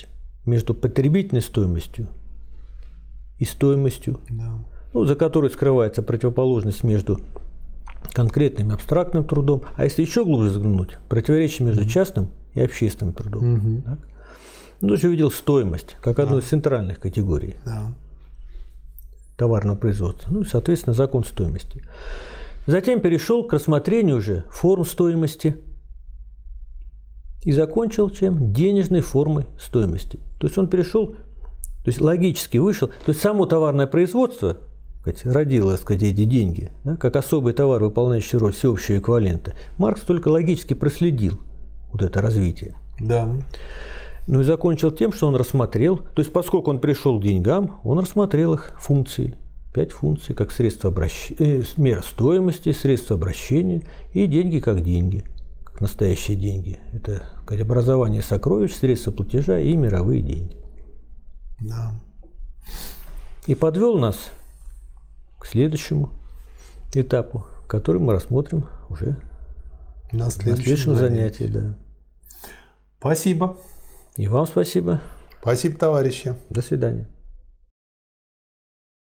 между потребительной стоимостью и стоимостью, Да. ну, за которой скрывается противоположность между конкретным и абстрактным трудом, а если еще глубже заглянуть, противоречие между частным и общественным трудом. Угу. Так? Он тоже увидел стоимость как одну Да. из центральных категорий Да. товарного производства, ну и, соответственно, закон стоимости. Затем перешел к рассмотрению уже форм стоимости и закончил чем? Денежной формой стоимости. То есть он перешел, то есть логически вышел, то есть само товарное производство, так сказать, родило, так сказать, эти деньги, да, как особый товар, выполняющий роль всеобщего эквивалента. Маркс только логически проследил вот это развитие. Да. Ну и закончил тем, что он рассмотрел, то есть поскольку он пришел к деньгам, он рассмотрел их функции. Пять функций, как средство обращения, мера стоимости, средство обращения и деньги как деньги, как настоящие деньги. Это, так сказать, образование сокровищ, средства платежа и мировые деньги. Да. И подвел нас к следующему этапу, который мы рассмотрим уже На на следующем, следующем занятии. занятии. Да. Спасибо. И вам спасибо. Спасибо, товарищи. До свидания.